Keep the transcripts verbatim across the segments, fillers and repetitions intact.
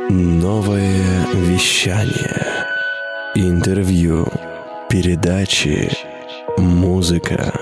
Новое вещание. Интервью. Передачи. Музыка.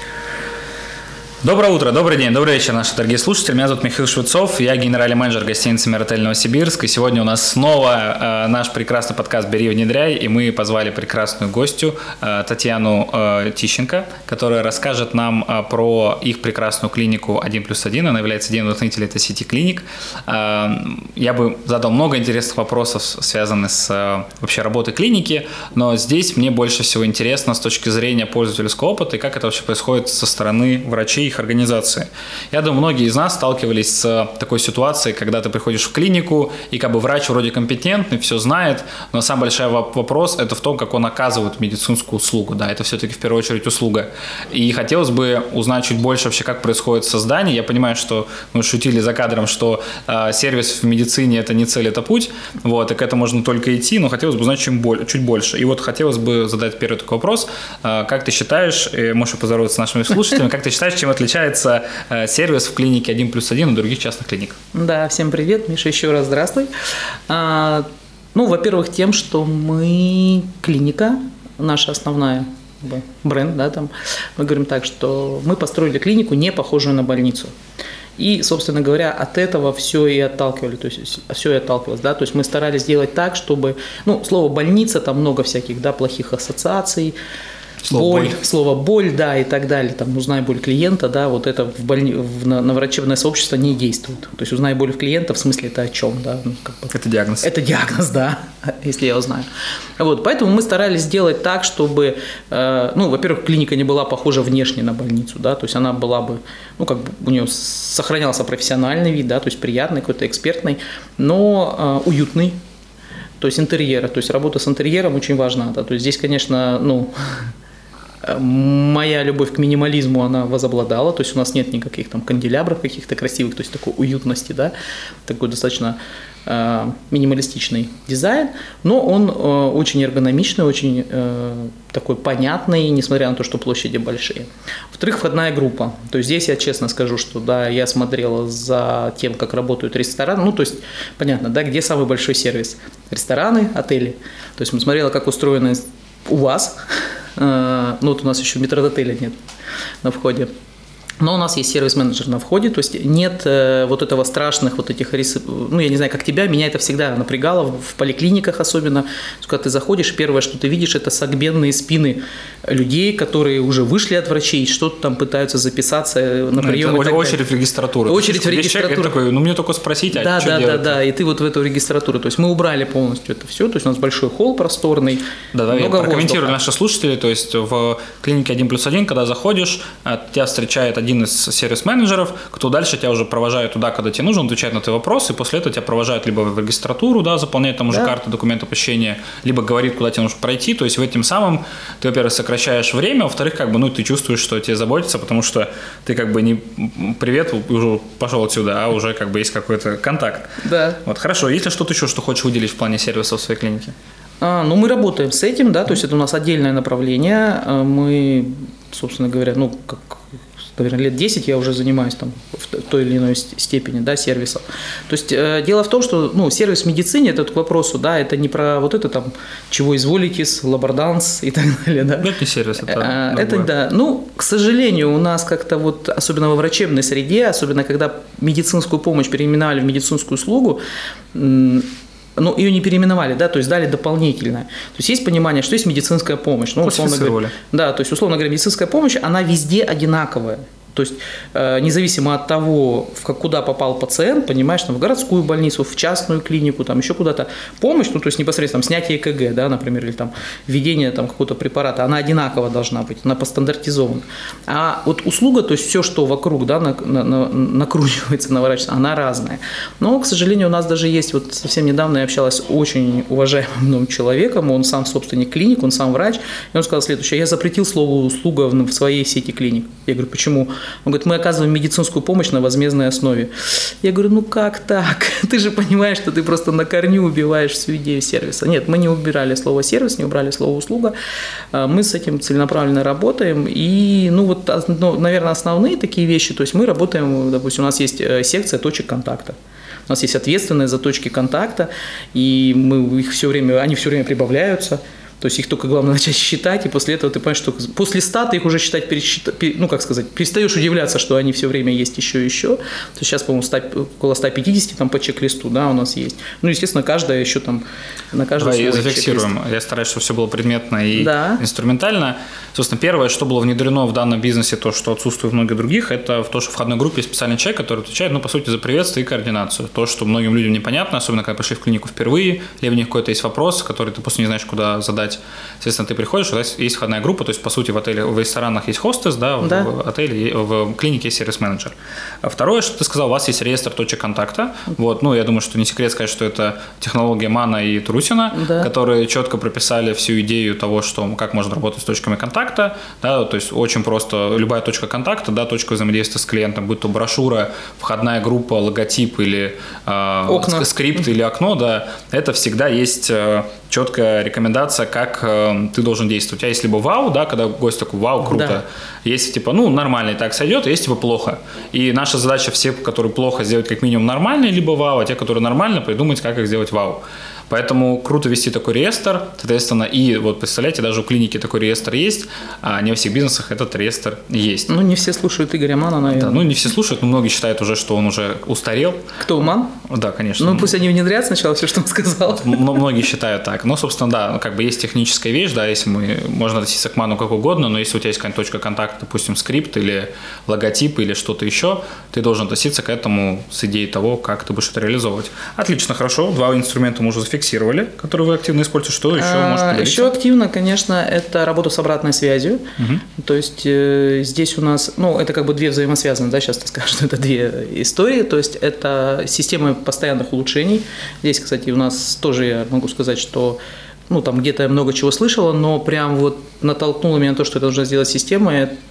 Доброе утро, добрый день, добрый вечер, наши дорогие слушатели. Меня зовут Михаил Швецов, я генеральный менеджер гостиницы «Миротель» Новосибирск. И сегодня у нас снова э, наш прекрасный подкаст «Бери, внедряй». И мы позвали прекрасную гостью э, Татьяну э, Тищенко, которая расскажет нам э, про их прекрасную клинику один плюс один. Она является единым руководителем этой сети клиник. Э, я бы задал много интересных вопросов, связанных с э, вообще работой клиники, но здесь мне больше всего интересно с точки зрения пользовательского опыта и как это вообще происходит со стороны врачей, их организации. Я думаю, многие из нас сталкивались с такой ситуацией, когда ты приходишь в клинику, и как бы врач вроде компетентный, все знает, но самый большой вопрос – это в том, как он оказывает медицинскую услугу. Да, это все-таки в первую очередь услуга. И хотелось бы узнать чуть больше вообще, как происходит создание. Я понимаю, что мы шутили за кадром, что э, сервис в медицине – это не цель, это путь, вот, и к этому можно только идти, но хотелось бы узнать чуть, чуть больше. И вот хотелось бы задать первый такой вопрос. Э, как ты считаешь, э, можешь поздороваться с нашими слушателями, как ты считаешь, чем отличается э, сервис в клинике один плюс один от других частных клиник? Да, всем привет, Миша, еще раз здравствуй. А, ну, во-первых, тем, что мы клиника, наша основная бренд, да, там, мы говорим так, что мы построили клинику, не похожую на больницу. И, собственно говоря, от этого все и отталкивали, то есть все и отталкивалось, да, то есть мы старались сделать так, чтобы, ну, слово больница, там много всяких, да, плохих ассоциаций. Слово боль, боль. Слово боль, да, и так далее. Там узнай боль клиента, да, вот это в больни... в... на... на врачебное сообщество не действует. То есть узнай боль клиента, в смысле это о чем, да? Ну, как бы... Это диагноз. Это диагноз, да, если я узнаю. Вот, поэтому мы старались сделать так, чтобы, э, ну, во-первых, клиника не была похожа внешне на больницу, да, то есть она была бы, ну, как бы у нее сохранялся профессиональный вид, да, то есть приятный, какой-то экспертный, но э, уютный. То есть интерьера, то есть работа с интерьером очень важна, да, то есть здесь, конечно, ну... Моя любовь к минимализму, она возобладала, то есть у нас нет никаких там канделябров каких-то красивых, то есть такой уютности, да, такой достаточно э, минималистичный дизайн, но он э, очень эргономичный, очень э, такой понятный, несмотря на то, что площади большие. Во-вторых, входная группа, то есть здесь я честно скажу, что да, я смотрела за тем, как работают рестораны, ну то есть понятно, да, где самый большой сервис, рестораны, отели, то есть мы смотрели, как устроены у вас. Ну, вот у нас еще метрдотеля нет на входе. Но у нас есть сервис-менеджер на входе, то есть нет э, вот этого страшных вот этих, ну, я не знаю, как тебя, меня это всегда напрягало, в, в поликлиниках особенно, когда ты заходишь, первое, что ты видишь, это согбенные спины людей, которые уже вышли от врачей, что-то там пытаются записаться на прием. Это очередь в регистратуру. Очередь в регистратуру. Такой, ну, мне только спросить, а да, что да, делать? Да, да, да, и ты вот в эту регистратуру, то есть мы убрали полностью это все, то есть у нас большой холл просторный, да, да, много прокомментирую наши слушатели, то есть в клинике один плюс один, когда заходишь, тебя встречает один из сервис-менеджеров, кто дальше тебя уже провожает туда, когда тебе нужно, отвечает на твои вопросы, и после этого тебя провожают либо в регистратуру, да, заполняет там уже да. карты, документы посещения, либо говорит, куда тебе нужно пройти, то есть в этим самым ты, во-первых, сокращаешь время, во-вторых, как бы, ну, ты чувствуешь, что тебе заботятся, потому что ты как бы не привет, уже пошел отсюда, а уже как бы есть какой-то контакт. Да. Вот, хорошо, есть ли что-то еще, что хочешь выделить в плане сервиса в своей клинике? А, ну, мы работаем с этим, да, то есть это у нас отдельное направление, мы, собственно говоря, ну, как наверное, лет десять я уже занимаюсь там в той или иной степени, да, сервисом. То есть э, дело в том, что, ну, сервис в медицине, это к вопросу, да, это не про вот это там, чего изволитесь, лаборданс и так далее, да. Это не сервис, это а, это, да, ну, к сожалению, у нас как-то вот, особенно во врачебной среде, особенно когда медицинскую помощь переименовали в медицинскую услугу, м- ну, ее не переименовали, да, то есть дали дополнительное. То есть есть понимание, что есть медицинская помощь. Ну, условно говоря, да, то есть, условно говоря, медицинская помощь, она везде одинаковая. То есть, э, независимо от того, в как, куда попал пациент, понимаешь, там, в городскую больницу, в частную клинику, там, еще куда-то, помощь, ну, то есть, непосредственно там, снятие ЭКГ, да, например, или там, введение там, какого-то препарата, она одинаково должна быть, она постандартизована. А вот услуга, то есть, все, что вокруг, да, на, на, на, накручивается, наворачивается, она разная. Но, к сожалению, у нас даже есть, вот совсем недавно я общалась с очень уважаемым человеком, он сам собственник клиник, он сам врач, и он сказал следующее: я запретил слово «услуга» в своей сети клиник. Я говорю, почему? Он говорит, мы оказываем медицинскую помощь на возмездной основе. Я говорю, ну как так? Ты же понимаешь, что ты просто на корню убиваешь всю идею сервиса. Нет, мы не убирали слово «сервис», не убрали слово «услуга». Мы с этим целенаправленно работаем. И, ну вот, ну, наверное, основные такие вещи. То есть мы работаем, допустим, у нас есть секция точек контакта. У нас есть ответственные за точки контакта, и мы их все время, они все время прибавляются. То есть их только главное начать считать, и после этого ты понимаешь, что после ста ты их уже считать, пересчита, ну, как сказать, перестаешь удивляться, что они все время есть еще и еще. То есть сейчас, по-моему, сто, около ста пятидесяти там по чек-листу, да, у нас есть. Ну, естественно, каждая еще там, на каждую Давай зафиксируем. Я стараюсь, чтобы все было предметно и да. инструментально. Собственно, первое, что было внедрено в данном бизнесе, то, что отсутствует в многих других, это в то, что в входной группе есть специальный человек, который отвечает, ну, по сути, за приветствие и координацию. То, что многим людям непонятно, особенно когда пришли в клинику впервые, либо у них какой-то есть вопрос, который ты просто не знаешь, куда задать. Соответственно, ты приходишь, у нас есть входная группа, то есть, по сути, в отеле, в ресторанах есть хостес, да, да. в отеле, в клинике есть сервис-менеджер. А второе, что ты сказал, у вас есть реестр точек контакта. Вот, ну, я думаю, что не секрет сказать, что это технология Мана и Трусина, да. которые четко прописали всю идею того, что, как можно работать с точками контакта, да, то есть очень просто любая точка контакта, да, точка взаимодействия с клиентом, будь то брошюра, входная группа, логотип или э, скрипт или окно, да, это всегда есть э, четкая рекомендация, как э, ты должен действовать. У тебя есть либо вау, да, когда гость такой, вау, круто, да. есть типа, ну, нормально и так сойдет, есть типа плохо. И наша задача все, которые плохо, сделать как минимум нормально, либо вау, а те, которые нормально, придумать, как их сделать вау. Поэтому круто вести такой реестр, соответственно, и вот представляете, даже у клиники такой реестр есть, а не во всех бизнесах этот реестр есть. Ну, не все слушают Игоря Мана, наверное. Да, ну, не все слушают, но многие считают уже, что он уже устарел. Кто, Ман? Да, конечно. Ну, пусть они внедрят сначала все, что он сказал. Но многие считают так. Ну, собственно, да, как бы есть техническая вещь, да, если мы, можно относиться к Ману как угодно, но если у тебя есть какая-то точка контакта, допустим, скрипт или логотип или что-то еще, ты должен относиться к этому с идеей того, как ты будешь это реализовывать. Отлично, хорошо. Два инструмента мы уже зафиксировали, которые вы активно используете. Что еще а, можете поделиться? Еще активно, конечно, это работа с обратной связью. Угу. То есть э, здесь у нас, ну, это как бы две взаимосвязанные, да, сейчас ты скажешь, что это две истории. То есть это система постоянных улучшений. Здесь, кстати, у нас тоже я могу сказать, что ну, там где-то я много чего слышала, но прям вот натолкнуло меня на то, что это должна сделать система.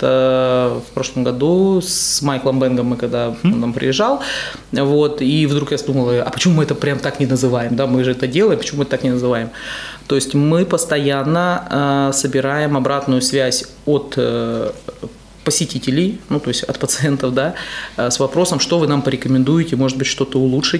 Это в прошлом году с Майклом Бенгом мы когда он нам приезжал, вот, и вдруг я думала, а почему мы это прям так не называем, да, мы же это делаем, почему мы это так не называем? То есть мы постоянно э, собираем обратную связь от э, посетителей, ну, то есть от пациентов, да, э, с вопросом, что вы нам порекомендуете, может быть, что-то улучшить.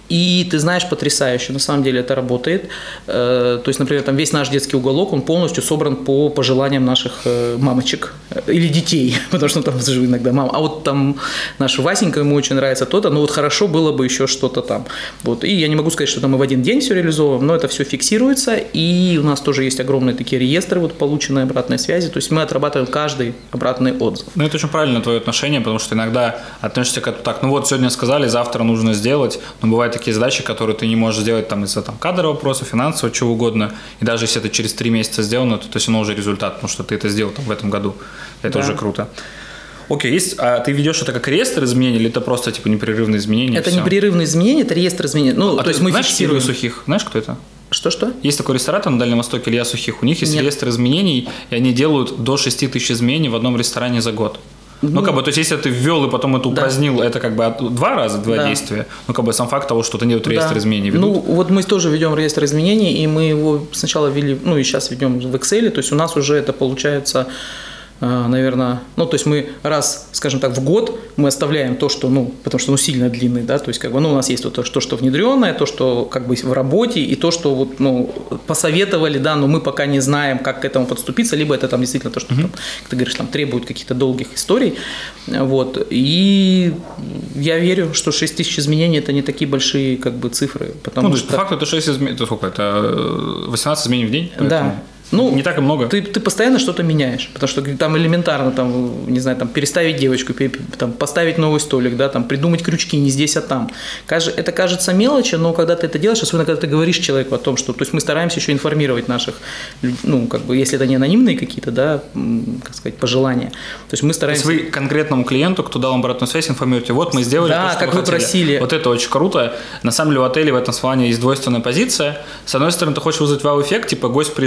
И ты знаешь, потрясающе, на самом деле это работает. То есть, например, там весь наш детский уголок, он полностью собран по пожеланиям наших мамочек или детей, потому что там же иногда мама. А вот там наша Васенька, ему очень нравится то-то, но вот хорошо было бы еще что-то там. Вот. И я не могу сказать, что там мы в один день все реализовываем, но это все фиксируется, и у нас тоже есть огромные такие реестры вот, полученной обратной связи, то есть мы отрабатываем каждый обратный отзыв. Ну, это очень правильно твое отношение, потому что иногда относишься к этому так, ну вот сегодня сказали, завтра нужно сделать, но бывает такие задачи, которые ты не можешь сделать там, из-за там, кадрового вопроса, финансового, чего угодно. И даже если это через три месяца сделано, то, то есть оно уже результат, потому что ты это сделал там, в этом году. Это да. уже круто. Окей, есть, а ты ведешь это как реестр изменений или это просто типа непрерывные изменения? Это непрерывные изменения, это реестр изменений. Ну, а то есть мы знаешь фиксируем. Илью Сухих? Знаешь, кто это? Что-что? Есть такой ресторан на Дальнем Востоке, Илья Сухих. У них есть Нет. реестр изменений, и они делают до шести тысяч изменений в одном ресторане за год. Ну, ну, как бы, то есть, если ты ввел и потом это упразднил, да. это как бы два раза, два да. действия. Ну, как бы, сам факт того, что они вот реестр да. изменений ведут. Ну, вот мы тоже ведем реестр изменений, и мы его сначала ввели, ну, и сейчас ведем в Excel, то есть, у нас уже это получается, наверное, ну, то есть, мы раз, скажем так, в год мы оставляем то, что, ну, потому что, ну, сильно длинный, да, то есть, как бы, ну, у нас есть то, то, что внедренное, то, что, как бы, в работе, и то, что, вот, ну, посоветовали, да, но мы пока не знаем, как к этому подступиться, либо это там действительно то, что, mm-hmm. там, как ты говоришь, там, требует каких-то долгих историй, вот, и я верю, что шесть тысяч изменений – это не такие большие, как бы, цифры, потому ну, что… по факту это шесть изменений, это сколько, это восемнадцать изменений в день? Да. Поэтому… Ну, не так и много. Ты, ты постоянно что-то меняешь, потому что там элементарно, там, не знаю, там, переставить девочку, там, поставить новый столик, да, там, придумать крючки не здесь, а там. Это кажется мелочи, но когда ты это делаешь, особенно когда ты говоришь человеку о том, что, то есть мы стараемся еще информировать наших, ну, как бы, если это не анонимные какие-то, да, как сказать, пожелания, то есть мы стараемся… То есть вы конкретному клиенту, кто дал обратную связь, информируете, вот мы сделали да, то, что как вы вы хотели. просили. Вот это очень круто. На самом деле у отеля в этом плане есть двойственная позиция. С одной стороны, ты хочешь вызвать вау-эффект, типа гость приезжает, такой,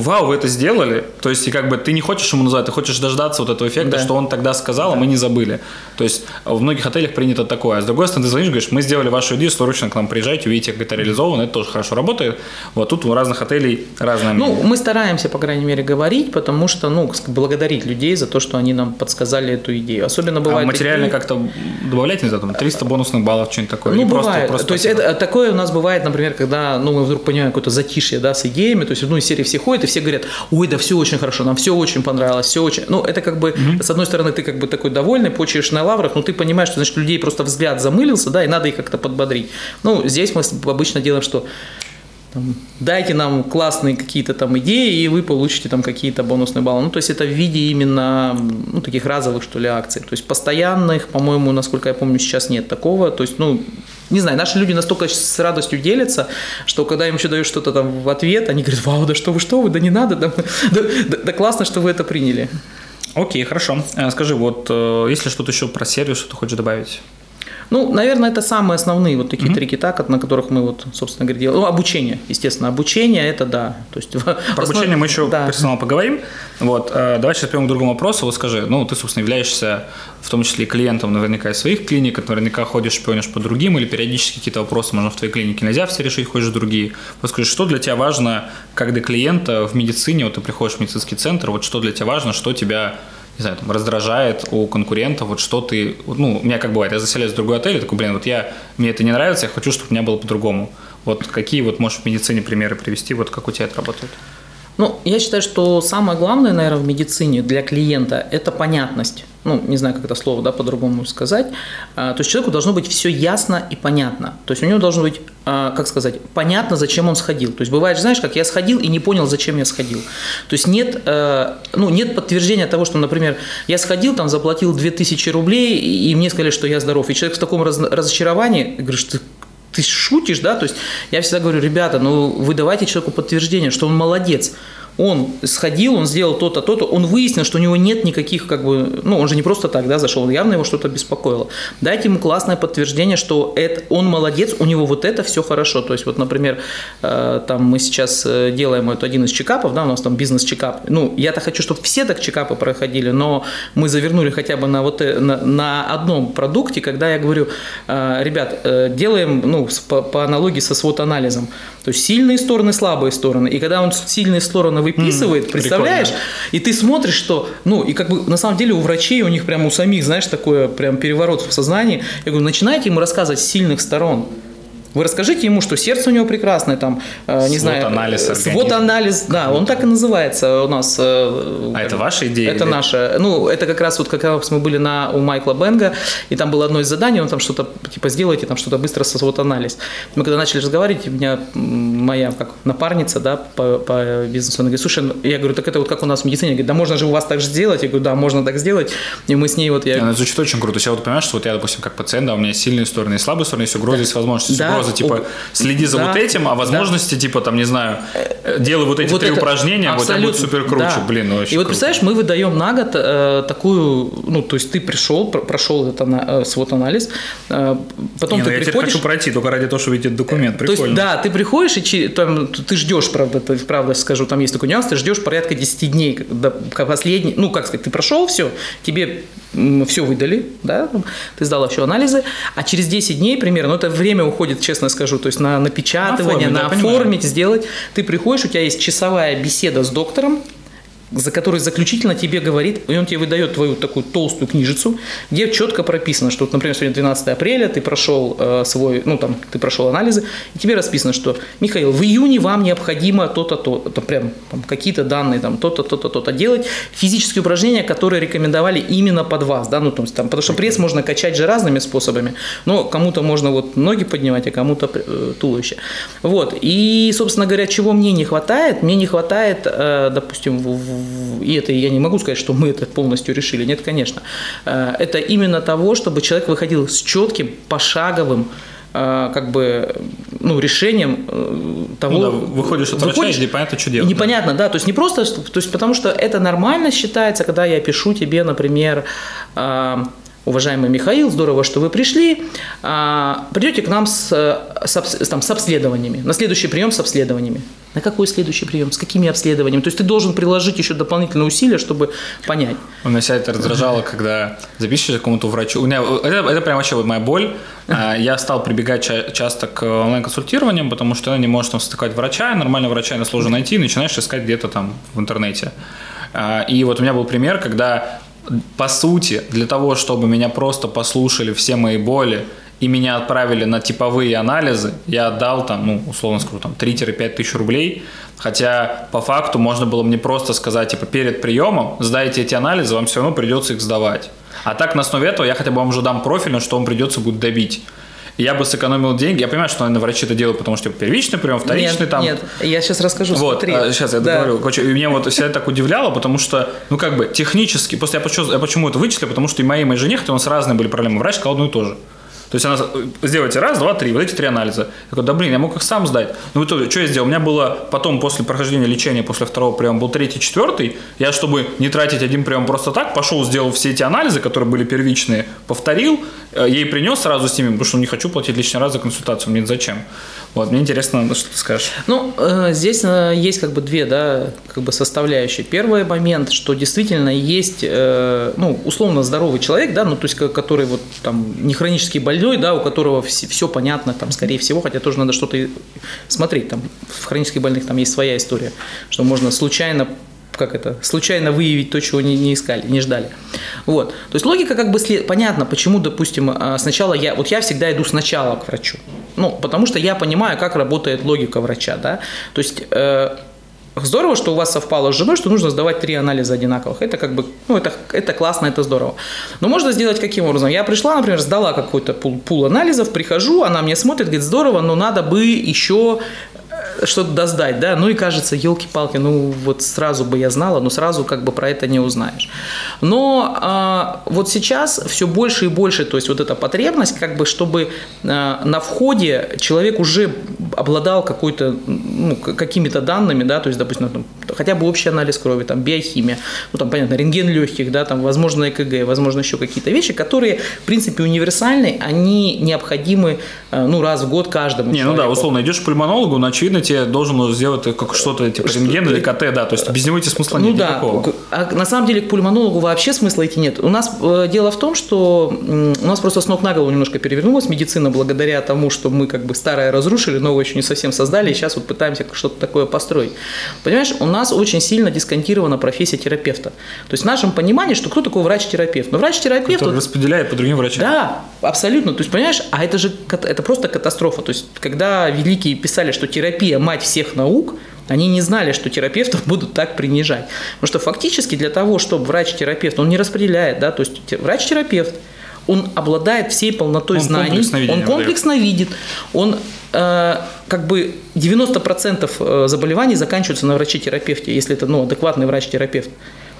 вау, вы это сделали. То есть, и как бы ты не хочешь ему назвать, ты хочешь дождаться вот этого эффекта, Да. что он тогда сказал, Да. а мы не забыли. То есть, в многих отелях принято такое. А с другой стороны, ты звонишь, говоришь, мы сделали вашу идею, срочно к нам приезжайте, увидите, как это реализовано, это тоже хорошо работает. Вот тут у разных отелей разное мнение. Ну, мы стараемся, по крайней мере, говорить, потому что, ну, благодарить людей за то, что они нам подсказали эту идею. Особенно бывает... А материально такие... как-то добавлять нельзя, там, триста бонусных баллов, что-нибудь такое? Ну, Или бывает. Просто, просто то есть, спасибо? это, такое у нас бывает, например, когда, ну, мы вдруг понимаем какое-то затишье, да, с идеями, то есть, ну, из серии все ходят, и все говорят, ой, да все очень хорошо, нам все очень понравилось, все очень... Ну, это как бы, mm-hmm. с одной стороны, ты как бы такой довольный, почиваешь на лаврах, но ты понимаешь, что, значит, у людей просто взгляд замылился, да, и надо их как-то подбодрить. Ну, здесь мы обычно делаем, что... Там, дайте нам классные какие-то там идеи, и вы получите там какие-то бонусные баллы. Ну, то есть это в виде именно, ну, таких разовых, что ли, акций. То есть постоянных, по-моему, насколько я помню, сейчас нет такого. То есть, ну, не знаю, наши люди настолько с радостью делятся, что когда им еще даешь что-то там в ответ, они говорят, вау, да что вы, что вы, да не надо, да, да, да, да классно, что вы это приняли. Окей, хорошо. Скажи, вот если что-то еще про сервис, что ты хочешь добавить? Ну, наверное, это самые основные вот такие Mm-hmm. три кита, на которых мы вот, собственно говоря, делаем. Ну, обучение, естественно, обучение это да. То есть, про основ... обучение мы еще да. персонал поговорим. Вот, давай сейчас перейдем к другому вопросу. Вот скажи, ну, ты, собственно, являешься в том числе и клиентом наверняка из своих клиник, наверняка ходишь, шпионишь по другим, или периодически какие-то вопросы, можно в твоей клинике нельзя все решить, ходишь в другие. Вот скажи, что для тебя важно, как для клиента в медицине, вот ты приходишь в медицинский центр, вот что для тебя важно, что тебя... не знаю, там, раздражает у конкурентов, вот что ты, ну, у меня как бывает, я заселяюсь в другой отель, и такой, блин, вот я, мне это не нравится, я хочу, чтобы у меня было по-другому. Вот какие вот можешь в медицине примеры привести, вот как у тебя это работает? Ну, я считаю, что самое главное, наверное, в медицине для клиента – это понятность. Ну, не знаю, как это слово, да, по-другому сказать. То есть человеку должно быть все ясно и понятно. То есть у него должно быть, как сказать, понятно, зачем он сходил. То есть бывает, знаешь, как я сходил и не понял, зачем я сходил. То есть нет, ну, нет подтверждения того, что, например, я сходил, там, заплатил две тысячи рублей, и мне сказали, что я здоров. И человек в таком разочаровании, говоришь, ты Ты шутишь, да? То есть я всегда говорю, ребята, ну вы давайте человеку подтверждение, что он молодец. Он сходил, он сделал то-то, то-то, он выяснил, что у него нет никаких, как бы, ну, он же не просто так, да, зашел, явно его что-то беспокоило. Дайте ему классное подтверждение, что это, он молодец, у него вот это все хорошо. То есть, вот, например, э, там мы сейчас делаем это один из чекапов, да, у нас там бизнес-чекап. Ну, я-то хочу, чтобы все так чекапы проходили, но мы завернули хотя бы на, вот, на, на одном продукте, когда я говорю, э, ребят, э, делаем, ну, по, по аналогии со свот-анализом. То есть, сильные стороны, слабые стороны. И когда он сильные стороны выписывает, mm, представляешь? Прикольно. И ты смотришь, что, ну, и как бы на самом деле у врачей, у них прям у самих, знаешь, такое прям переворот в сознании. Я говорю, начинайте ему рассказывать с сильных сторон. Вы расскажите ему, что сердце у него прекрасное, там, э, не знаю, свод-анализ, да, он так и называется у нас. Э, а это ваша идея? Это или? наша. Ну, это как раз вот как раз мы были на, у Майкла Бенга, и там было одно из заданий, он там что-то, типа, сделайте там что-то быстро со свод-анализ. Мы когда начали разговаривать, у меня моя как напарница, да, по, по бизнесу, она говорит, слушай, я говорю, так это вот как у нас в медицине, говорит, да можно же у вас так же сделать, я говорю, да, можно так сделать, и мы с ней вот... Я... Она звучит очень круто, я вот понимаю, что вот я, допустим, как пациент, да, у меня есть сильные стороны и слабые стороны, есть угрозы, есть возможности, да. угрозы, типа, следи за да. вот этим, а возможности, да. типа, там, не знаю, делай вот эти вот три это... упражнения, вот это будет супер круче, да. блин, ну, очень И вот, круто. представляешь, мы выдаем на год э, такую, ну, то есть ты пришел, прошел этот э, свод-анализ, э, потом не, ты ну, приходишь... Я теперь хочу пройти, только ради того, чтобы видеть документ, прикольно. То есть, да, ты приходишь, и там, ты ждешь, правда, ты, правда скажу, там есть такой нюанс, ты ждешь порядка десять дней, до последней, ну, как сказать, ты прошел все, тебе все выдали, да, ты сдал еще анализы, а через десять дней примерно, ну, это время уходит, честно скажу, то есть на напечатывание, на, оформить, на оформить, сделать, ты приходишь, у тебя есть часовая беседа с доктором, за который заключительно тебе говорит, и он тебе выдает твою такую толстую книжицу, где четко прописано, что, вот, например, сегодня двенадцатое апреля, ты прошел э, свой, ну там, ты прошел анализы, и тебе расписано, что, Михаил, в июне вам необходимо то-то, то, это прям там, какие-то данные, там, то-то, то-то, то-то делать, физические упражнения, которые рекомендовали именно под вас, да, ну, то есть, там, потому что пресс можно качать же разными способами, но кому-то можно вот ноги поднимать, а кому-то э, туловище. Вот, и, собственно говоря, чего мне не хватает, мне не хватает, э, допустим, в и это я не могу сказать, что мы это полностью решили. Нет, конечно. Это именно того, чтобы человек выходил с четким, пошаговым, как бы, ну, решением того... Ну, да, выходишь от врача, и непонятно, что делать. Непонятно, да. да, то есть не просто, то есть потому что это нормально считается, когда я пишу тебе, например, уважаемый Михаил, здорово, что вы пришли, придете к нам с, с, там, с обследованиями, на следующий прием с обследованиями. На какой следующий прием? С какими обследованиями? То есть ты должен приложить еще дополнительные усилия, чтобы понять. У меня себя это раздражало, когда запишешь какому-то врачу. У меня, это, это прям вообще вот моя боль. Я стал прибегать ча- часто к онлайн-консультированиям, потому что не можешь там стыкать врача, нормального врача сложно найти, и начинаешь искать где-то там в интернете. И вот у меня был пример, когда, по сути, для того, чтобы меня просто послушали все мои боли, и меня отправили на типовые анализы, я отдал там, ну, условно скажу, там три-пять тысяч рублей, хотя по факту можно было мне просто сказать, типа, перед приемом сдайте эти анализы, вам все равно придется их сдавать. А так на основе этого я хотя бы вам уже дам профильно, что вам придется будет добить. И я бы сэкономил деньги. Я понимаю, что, наверное, врачи это делают, потому что типа, первичный прием, вторичный нет, там. Нет, я сейчас расскажу. Вот, смотри. а, сейчас я да. договорю. Короче, и меня вот всегда так удивляло, потому что, ну, как бы, технически, просто я почему, я почему это вычислил, потому что и моей, и моей жене, хотя у нас разные были проблемы, врач сказал одно и то же. То есть она, сделайте раз, два, три, вот эти три анализа. Я говорю, да блин, я мог их сам сдать. Ну, в итоге, что я сделал? У меня было потом, после прохождения лечения, после второго приема, был третий, четвертый. Я, чтобы не тратить один прием просто так, пошел, сделал все эти анализы, которые были первичные, повторил, ей принес сразу с ними, потому что не хочу платить лишний раз за консультацию, мне зачем. Вот, мне интересно, что ты скажешь. Ну, э, здесь э, есть как бы две, да, как бы составляющие. Первый момент, что действительно есть, э, ну, условно здоровый человек, да, ну, то есть, который вот там не хронически больной, да, у которого все, все понятно, там, скорее всего, хотя тоже надо что-то смотреть, там, в хронических больных там есть своя история, что можно случайно как это, случайно выявить то, чего не, не искали, не ждали. Вот. То есть логика как бы след... понятна, почему, допустим, сначала я, вот я всегда иду сначала к врачу. Ну, потому что я понимаю, как работает логика врача, да. То есть э, здорово, что у вас совпало с женой, что нужно сдавать три анализа одинаковых. Это как бы, ну, это, это классно, это здорово. Но можно сделать каким образом? Я пришла, например, сдала какой-то пул, пул анализов, прихожу, она мне смотрит, говорит, здорово, но надо бы еще что-то досдать, да, ну и кажется, елки-палки, ну вот сразу бы я знала, но сразу как бы про это не узнаешь. Но а, вот сейчас все больше и больше, то есть вот эта потребность, как бы, чтобы а, на входе человек уже обладал какой-то, ну, какими-то данными, да, то есть, допустим, там, хотя бы общий анализ крови, там, биохимия, ну, там, понятно, рентген легких, да, там, возможно, ЭКГ, возможно, еще какие-то вещи, которые, в принципе, универсальны, они необходимы, ну, раз в год каждому Не, человеку. ну да, условно, идешь к пульмонологу, но, очевидно, тебе должен сделать как что-то, типа, рентген или КТ, да, то есть без него идти смысла ну, нет да. никакого. А на самом деле к пульмонологу вообще смысла идти нет. У нас э, дело в том, что э, у нас просто с ног на голову немножко перевернулась медицина благодаря тому, что мы как бы старое разрушили, новое еще не совсем создали, и сейчас вот пытаемся что-то такое построить. Понимаешь, у нас очень сильно дисконтирована профессия терапевта. То есть в нашем понимании, что кто такой врач-терапевт? Ну, врач-терапевт... Который вот, распределяет по другим врачам. Да, абсолютно. То есть, понимаешь, а это же это просто катастрофа. То есть, когда великие писали, что терапия – мать всех наук, они не знали, что терапевтов будут так принижать. Потому что фактически для того, чтобы врач-терапевт, он не распределяет, да, то есть врач-терапевт, он обладает всей полнотой он знаний, комплексно он комплексно выдает. видит, он э, как бы девяносто процентов заболеваний заканчиваются на враче-терапевте, если это, ну, адекватный врач-терапевт.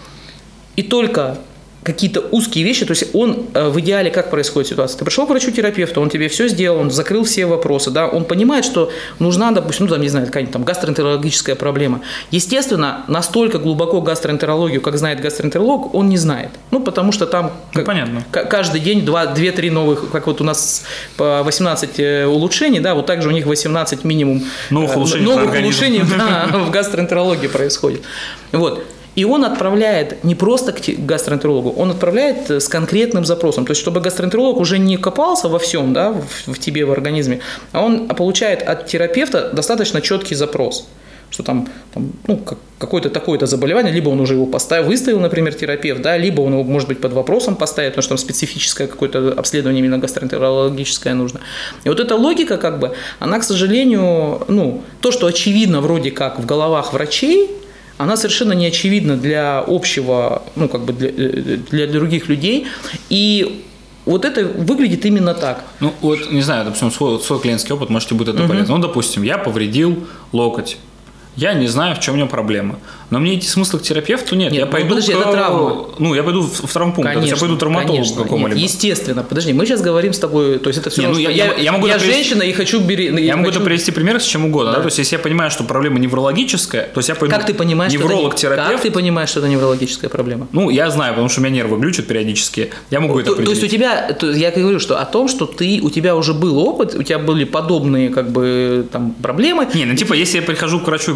И только какие-то узкие вещи, то есть он в идеале как происходит ситуация? Ты пришел к врачу-терапевту, он тебе все сделал, он закрыл все вопросы, да, он понимает, что нужна, допустим, ну, там, не знаю, какая-нибудь там гастроэнтерологическая проблема. Естественно, настолько глубоко гастроэнтерологию, как знает гастроэнтеролог, он не знает. Ну, потому что там ну, понятно. Каждый день два-три новых, как вот у нас по восемнадцать улучшений, да, вот так же у них восемнадцать минимум новых улучшений, новых улучшений да, в гастроэнтерологии происходит. Вот. И он отправляет не просто к гастроэнтерологу, он отправляет с конкретным запросом. То есть, чтобы гастроэнтеролог уже не копался во всем, да, в, в тебе, в организме, а он получает от терапевта достаточно четкий запрос. Что там, там ну, какое-то такое-то заболевание, либо он уже его поставил, выставил, например, терапевт, да, либо он его, может быть, под вопросом поставит, потому что там специфическое какое-то обследование именно гастроэнтерологическое нужно. И вот эта логика, как бы, она, к сожалению, ну, то, что очевидно вроде как в головах врачей, она совершенно не очевидна для общего, ну, как бы для, для других людей. И вот это выглядит именно так. Ну, вот, не знаю, допустим, свой, свой клиентский опыт, может, тебе будет это uh-huh. полезно. Ну, допустим, я повредил локоть. Я не знаю, в чем у него проблема. Но мне идти смысла к терапевту нет. Нет, я пойду подожди, к... это травма. Ну, я пойду в травмпункт, конечно, я пойду к травматологу какому-либо. Нет, естественно. Подожди, мы сейчас говорим с тобой, то есть это все не, равно, ну, я, я, я, могу я привести, женщина и хочу беременна. Я, я могу хочу... это привести пример с чем угодно. Да. Да? То есть, если я понимаю, что проблема неврологическая, то есть я пойду как ты понимаешь, невролог-терапевт. Как ты понимаешь, что это неврологическая проблема? Ну, я знаю, потому что у меня нервы глючат периодически. Я могу то, это определить. То есть у тебя, то, я говорю, что о том, что ты, у тебя уже был опыт, у тебя были подобные как бы там проблемы. Не, ну типа, если я прихожу к врачу и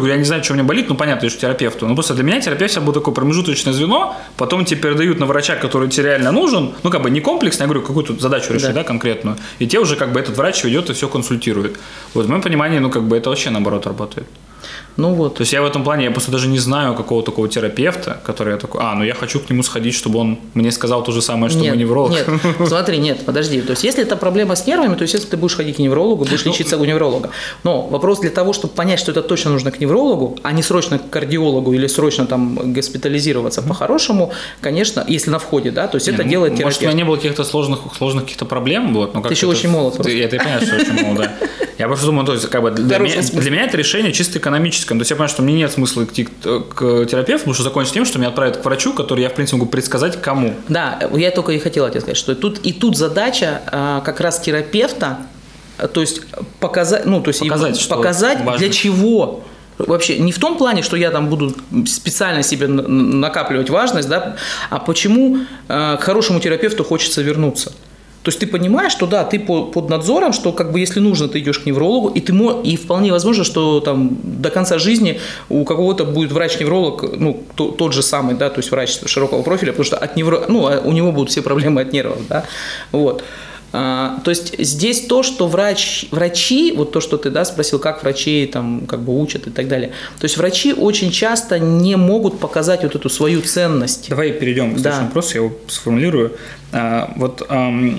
говорю, я не знаю, что у меня болит, ну, понятно, что терапевту. Но просто для меня терапевт всегда был такое промежуточное звено, потом тебе передают на врача, который тебе реально нужен, ну, как бы не комплексно, я говорю, какую-то задачу решить, да. да, конкретную, и те уже, как бы, этот врач ведет и все консультирует. Вот, в моем понимании, ну, как бы, это вообще, наоборот, работает. Ну вот. То есть я в этом плане, я просто даже не знаю какого такого терапевта, который я такой, а, ну я хочу к нему сходить, чтобы он мне сказал то же самое, что нет, невролог. Нет, смотри, нет, подожди. То есть если это проблема с нервами, то есть если ты будешь ходить к неврологу, будешь лечиться у невролога. Но вопрос для того, чтобы понять, что это точно нужно к неврологу, а не срочно к кардиологу или срочно там госпитализироваться mm-hmm. по-хорошему, конечно, если на входе, да, то есть не, это ну, делает терапевт. Может, у меня не было каких-то сложных, сложных каких-то проблем, вот, но как ты еще очень молод. Ты, я, ты понимаешь, что очень молод, да. Я просто думаю, то есть, как бы, для, меня, для меня это решение чисто экономическое. То есть я понимаю, что мне нет смысла идти к, к терапевту, потому что закончится тем, что меня отправят к врачу, который я, в принципе, могу предсказать, кому. Да, я только и хотела тебе сказать, что тут и тут задача а, как раз терапевта, то есть показать, ну, то есть показать, показать для чего. Вообще не в том плане, что я там буду специально себе накапливать важность, да, а почему а, к хорошему терапевту хочется вернуться. То есть ты понимаешь, что да, ты под надзором, что как бы если нужно, ты идешь к неврологу, и, ты, и вполне возможно, что там до конца жизни у какого-то будет врач-невролог, ну, то, тот же самый, да, то есть врач широкого профиля, потому что от невро... ну, у него будут все проблемы от нервов, да, вот. А, то есть здесь то, что врач, врачи, вот то, что ты, да, спросил, как врачи там как бы учат и так далее, то есть врачи очень часто не могут показать вот эту свою ценность. Давай перейдем к следующему вопросу, я его сформулирую. А, вот... Ам...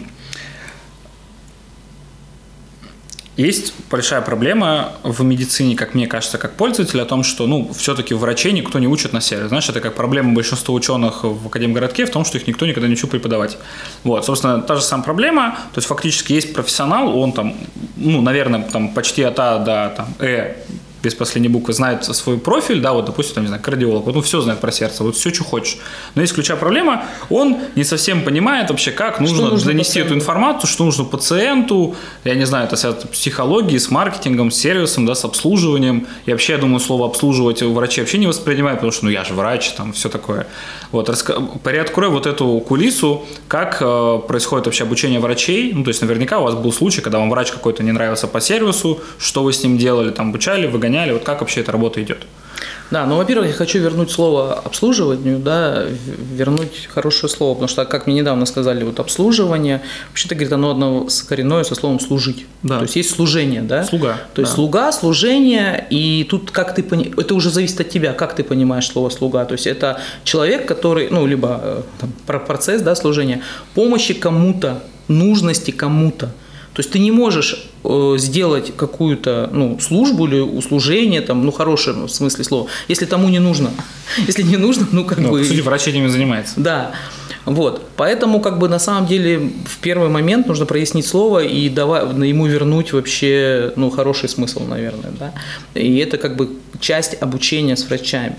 Есть большая проблема в медицине, как мне кажется, как пользователь, о том, что, ну, все-таки врачей никто не учит на сервис. Знаешь, это как проблема большинства ученых в Академгородке в том, что их никто никогда не учил преподавать. Вот, собственно, та же самая проблема. То есть, фактически есть профессионал, он там, ну, наверное, там почти от А до там, Э, без последней буквы, знает свой профиль, да, вот, допустим, там, не знаю, кардиолог, вот он все знает про сердце, вот все, что хочешь. Но есть ключевая проблема, он не совсем понимает вообще, как нужно, нужно донести пациенту? Эту информацию, что нужно пациенту, я не знаю, это связано с психологией, с маркетингом, с сервисом, да, с обслуживанием. И вообще, я думаю, слово «обслуживать» врачи вообще не воспринимают, потому что, ну, я же врач, там, все такое. Вот, приоткрой вот эту кулису, как э, происходит вообще обучение врачей, ну, то есть, наверняка у вас был случай, когда вам врач какой-то не нравился по сервису, что вы с ним делали, там, обучали, выгоняли, вот как вообще эта работа идет? Да, ну, во-первых, я хочу вернуть слово обслуживанию, да, вернуть хорошее слово, потому что, как мне недавно сказали, вот обслуживание, вообще-то, говорит, оно одно коренное со словом «служить». Да. То есть есть служение, да? Слуга. То есть да. слуга, служение, и тут как ты понимаешь, это уже зависит от тебя, как ты понимаешь слово «слуга». То есть это человек, который, ну, либо там, процесс, да, служения, помощи кому-то, нужности кому-то. То есть ты не можешь э, сделать какую-то, ну, службу или услужение, там, ну, хорошее в смысле слова, если тому не нужно. Если не нужно, ну, как ну, бы… По сути, врач этим и занимается. Да. Вот. Поэтому, как бы, на самом деле, в первый момент нужно прояснить слово и давай, ему вернуть вообще, ну, хороший смысл, наверное, да. И это, как бы, часть обучения с врачами.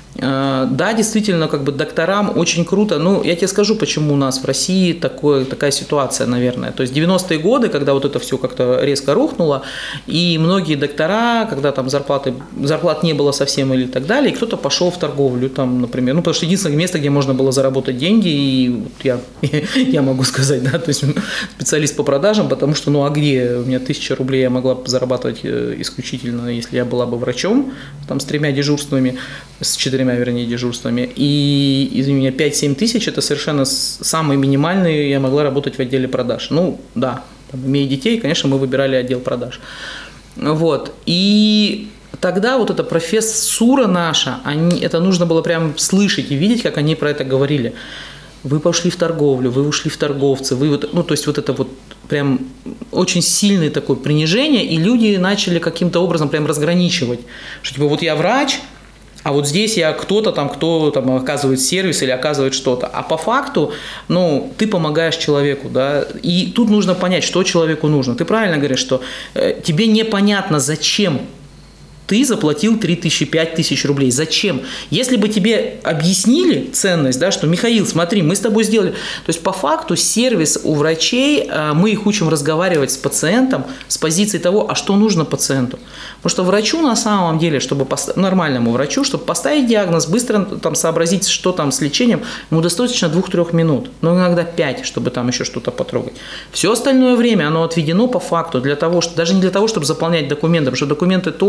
Да, действительно, как бы докторам очень круто. Ну, я тебе скажу, почему у нас в России такое, такая ситуация, наверное. То есть девяностые годы, когда вот это все как-то резко рухнуло, и многие доктора, когда там зарплаты, зарплат не было совсем или так далее, и кто-то пошел в торговлю, там, например, ну, потому что единственное место, где можно было заработать деньги, и вот я, я могу сказать, да, то есть специалист по продажам, потому что, ну, а где у меня тысяча рублей я могла зарабатывать исключительно, если я была бы врачом, там, с тремя дежурствами, с четырьмя вернее, дежурствами. И, извини меня, пять-семь тысяч – это совершенно самые минимальные, я могла работать в отделе продаж. Ну, да, там, имея детей, конечно, мы выбирали отдел продаж. Вот. И тогда вот эта профессура наша, они, это нужно было прям слышать и видеть, как они про это говорили. Вы пошли в торговлю, вы ушли в торговцы, вы вот, ну, то есть вот это вот прям очень сильное такое принижение, и люди начали каким-то образом прям разграничивать, что типа вот я врач, а вот здесь я кто-то там, кто там оказывает сервис или оказывает что-то. А по факту, ну, ты помогаешь человеку, да, и тут нужно понять, что человеку нужно. Ты правильно говоришь, что э, тебе непонятно, зачем ты заплатил три тысячи, пять тысяч рублей. Зачем? Если бы тебе объяснили ценность, да, что, Михаил, смотри, мы с тобой сделали. То есть, по факту, сервис у врачей, мы их учим разговаривать с пациентом с позиции того, а что нужно пациенту. Потому что врачу на самом деле, чтобы пост... нормальному врачу, чтобы поставить диагноз, быстро там сообразить, что там с лечением, ему достаточно двух-трех минут, но иногда пять, чтобы там еще что-то потрогать. Все остальное время, оно отведено по факту для того, что, даже не для того, чтобы заполнять документы, потому что документы тоже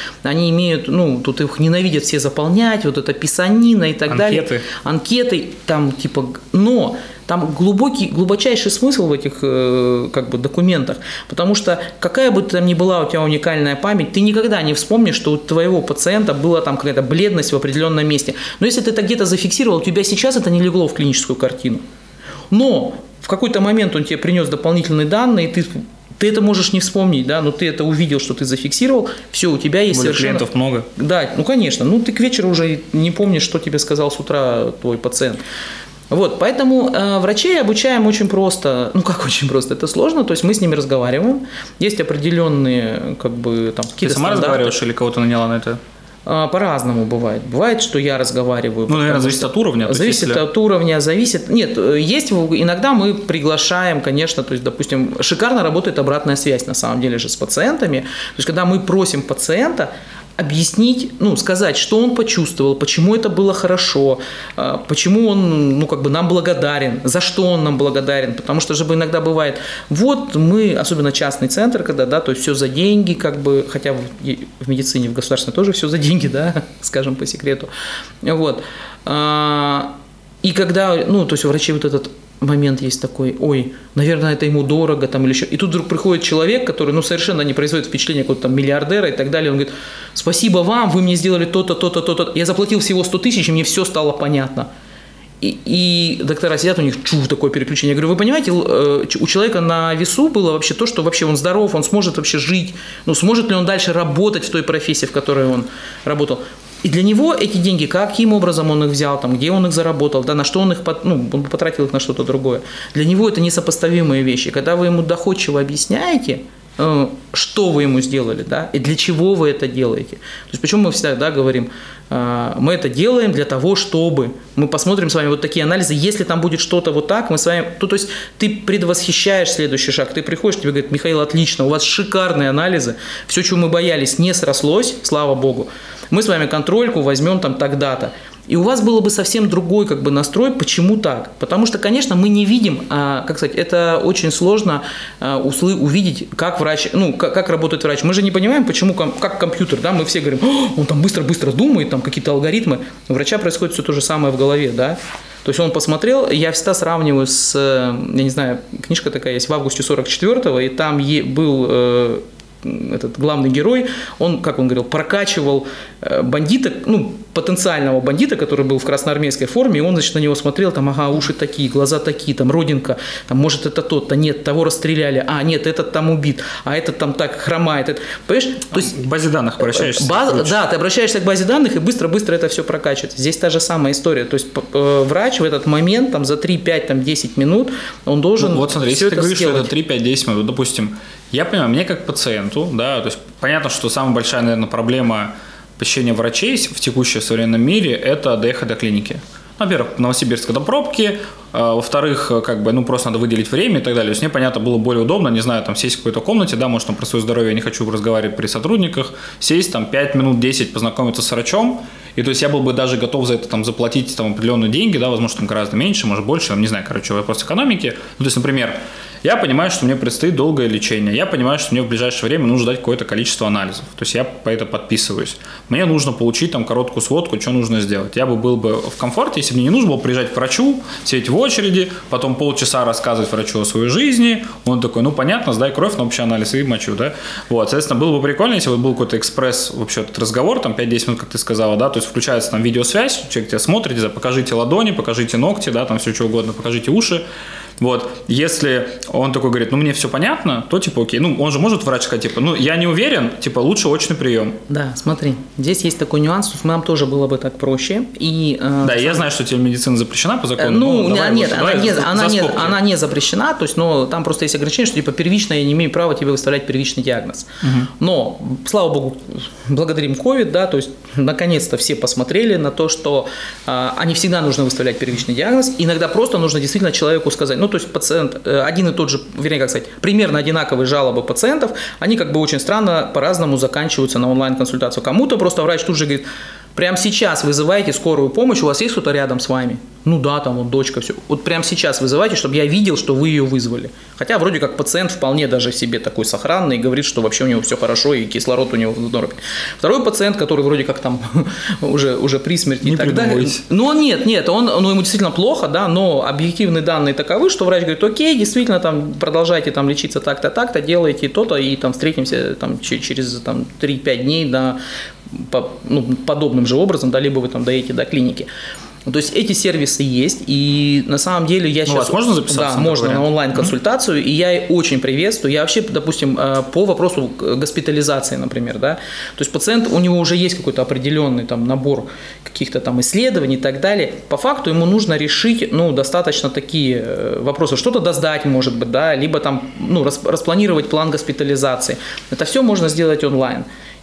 они имеют, ну, тут их ненавидят все заполнять, вот это писанина и так Анкеты. далее. Анкеты. Там, типа, но там глубокий, глубочайший смысл в этих э, как бы документах, потому что какая бы там ни была у тебя уникальная память, ты никогда не вспомнишь, что у твоего пациента была там какая-то бледность в определенном месте. Но если ты это где-то зафиксировал, у тебя сейчас это не легло в клиническую картину. Но в какой-то момент он тебе принес дополнительные данные, и ты, ты это можешь не вспомнить, да, но ты это увидел, что ты зафиксировал, все, у тебя есть Более совершенно... клиентов много. Да, ну конечно, ну ты к вечеру уже не помнишь, что тебе сказал с утра твой пациент. Вот, поэтому э, врачей обучаем очень просто, ну как очень просто, это сложно, то есть мы с ними разговариваем, есть определенные, как бы, там, какие-то Ты сама стандарты. разговариваешь или кого-то наняла на это? По-разному бывает. Бывает, что я разговариваю. Ну, наверное, зависит от уровня. Зависит если... от уровня, зависит... Нет, есть... Иногда мы приглашаем, конечно, то есть, допустим, шикарно работает обратная связь, на самом деле же, с пациентами. То есть, когда мы просим пациента объяснить, ну, сказать, что он почувствовал, почему это было хорошо, почему он, ну, как бы нам благодарен, за что он нам благодарен, потому что же иногда бывает, вот мы, особенно частный центр, когда, да, то есть все за деньги, как бы, хотя в, в медицине, в государственной тоже все за деньги, да, скажем по секрету, вот, и когда, ну, то есть у врачей вот этот момент есть такой, ой, наверное, это ему дорого, там, или еще. И тут вдруг приходит человек, который, ну, совершенно не производит впечатления какого-то там миллиардера и так далее. Он говорит, спасибо вам, вы мне сделали то-то, то-то, то-то. Я заплатил всего сто тысяч, и мне все стало понятно. И, и доктора сидят, у них чув, такое переключение. Я говорю, вы понимаете, у человека на весу было вообще то, что вообще он здоров, он сможет вообще жить, ну, сможет ли он дальше работать в той профессии, в которой он работал. И для него эти деньги, каким образом он их взял, там, где он их заработал, да, на что он их, ну, он потратил их на что-то другое. Для него это несопоставимые вещи. Когда вы ему доходчиво объясняете, что вы ему сделали, да, и для чего вы это делаете. То есть почему мы всегда говорим, мы это делаем для того, чтобы мы посмотрим с вами вот такие анализы, если там будет что-то вот так, мы с вами, то, то есть ты предвосхищаешь следующий шаг, ты приходишь, тебе говорят, Михаил, отлично, у вас шикарные анализы, все, чего мы боялись, не срослось, слава богу, мы с вами контрольку возьмем там тогда-то. И у вас было бы совсем другой как бы настрой. Почему так? Потому что, конечно, мы не видим, а, как сказать, это очень сложно а, услы, увидеть, как врач, ну, как, как работает врач. Мы же не понимаем, почему, как компьютер, да, мы все говорим, он там быстро-быстро думает, там какие-то алгоритмы. У врача происходит все то же самое в голове, да. То есть он посмотрел, я всегда сравниваю с, я не знаю, книжка такая есть, в августе сорок четвёртого, и там е, был... Э, этот главный герой, он, как он говорил, прокачивал бандита, ну, потенциального бандита, который был в красноармейской форме, и он, значит, на него смотрел, там, ага, уши такие, глаза такие, там, родинка, там, может, это тот-то, нет, того расстреляли, а, нет, этот там убит, а этот там так хромает, это, понимаешь? То есть, к базе данных обращаешься. База, да, ты обращаешься к базе данных и быстро-быстро это все прокачивает. Здесь та же самая история, то есть врач в этот момент, там, за три, пять, там, десять минут, он должен... Ну, вот смотри, если ты говоришь, сделать. что это три, пять, десять минут, допустим, я понимаю, мне как пациенту, да, то есть понятно, что самая большая, наверное, проблема посещения врачей в текущем современном мире – это доехать до клиники. Во-первых, в Новосибирске это пробки, а, во-вторых, как бы, ну, просто надо выделить время и так далее. То есть мне, понятно, было более удобно, не знаю, там, сесть в какой-то комнате, да, может, там, про свое здоровье я не хочу разговаривать при сотрудниках, сесть, там, пять минут, десять, познакомиться с врачом, и, то есть, я был бы даже готов за это, там, заплатить, там, определенные деньги, да, возможно, там, гораздо меньше, может, больше, там, не знаю, короче, вопрос экономики. Ну, то есть, например, я понимаю, что мне предстоит долгое лечение, я понимаю, что мне в ближайшее время нужно дать какое-то количество анализов, то есть я по это подписываюсь. Мне нужно получить там короткую сводку, что нужно сделать. Я бы был бы в комфорте, если бы мне не нужно было приезжать к врачу, сидеть в очереди, потом полчаса рассказывать врачу о своей жизни. Он такой, ну понятно, сдай кровь на общий анализ и мочу, да. Вот, соответственно, было бы прикольно, если бы был какой-то экспресс, вообще этот разговор, там пять-десять минут, как ты сказала, да, то есть включается там видеосвязь, человек тебя смотрит, да, покажите ладони, покажите ногти, да, там все что угодно, покажите уши. Вот, если он такой говорит, ну, мне все понятно, то, типа, окей, ну, он же может врач сказать, типа, ну, я не уверен, типа, лучше очный прием. Да, смотри, здесь есть такой нюанс, нам тоже было бы так проще. И, э, да, я знаю, что телемедицина запрещена по закону. Ну, давай, нет, лучше, она, давай, не, за, она, за не, скобки. она не запрещена, то есть, но там просто есть ограничение, что, типа, первично я не имею права тебе выставлять первичный диагноз. Угу. Но, слава богу, благодарим ковид, да, то есть, наконец-то все посмотрели на то, что э, а не всегда нужно выставлять первичный диагноз, иногда просто нужно действительно человеку сказать, ну, то есть, пациент один и тот же, вернее, как сказать, примерно одинаковые жалобы пациентов, они как бы очень странно по-разному заканчиваются на онлайн-консультацию. Кому-то просто врач тут же говорит, Прямо сейчас вызываете скорую помощь, у вас есть кто-то рядом с вами? Ну да, там вот дочка, все. Вот прямо сейчас вызывайте, чтобы я видел, что вы ее вызвали. Хотя вроде как пациент вполне даже себе такой сохранный и говорит, что вообще у него все хорошо и кислород у него в норме. Второй пациент, который вроде как там уже, уже при смерти не и так далее. Ну нет, нет, он, ну, ему действительно плохо, да, но объективные данные таковы, что врач говорит, окей, действительно, там, продолжайте там лечиться так-то, так-то, делайте то-то, и там встретимся там, через там, три-пять дней, да, по, ну, подобным же образом, да, либо вы там доедете до клиники. То есть эти сервисы есть, и на самом деле я ну, сейчас... У вас можно записаться? Да, на можно на онлайн-консультацию, mm-hmm. и я очень приветствую. Я вообще, допустим, по вопросу госпитализации, например, да, то есть пациент, у него уже есть какой-то определенный там набор каких-то там исследований и так далее. По факту ему нужно решить, ну, достаточно такие вопросы, что-то досдать, может быть, да, либо там, ну, распланировать план госпитализации. Это все можно сделать онлайн,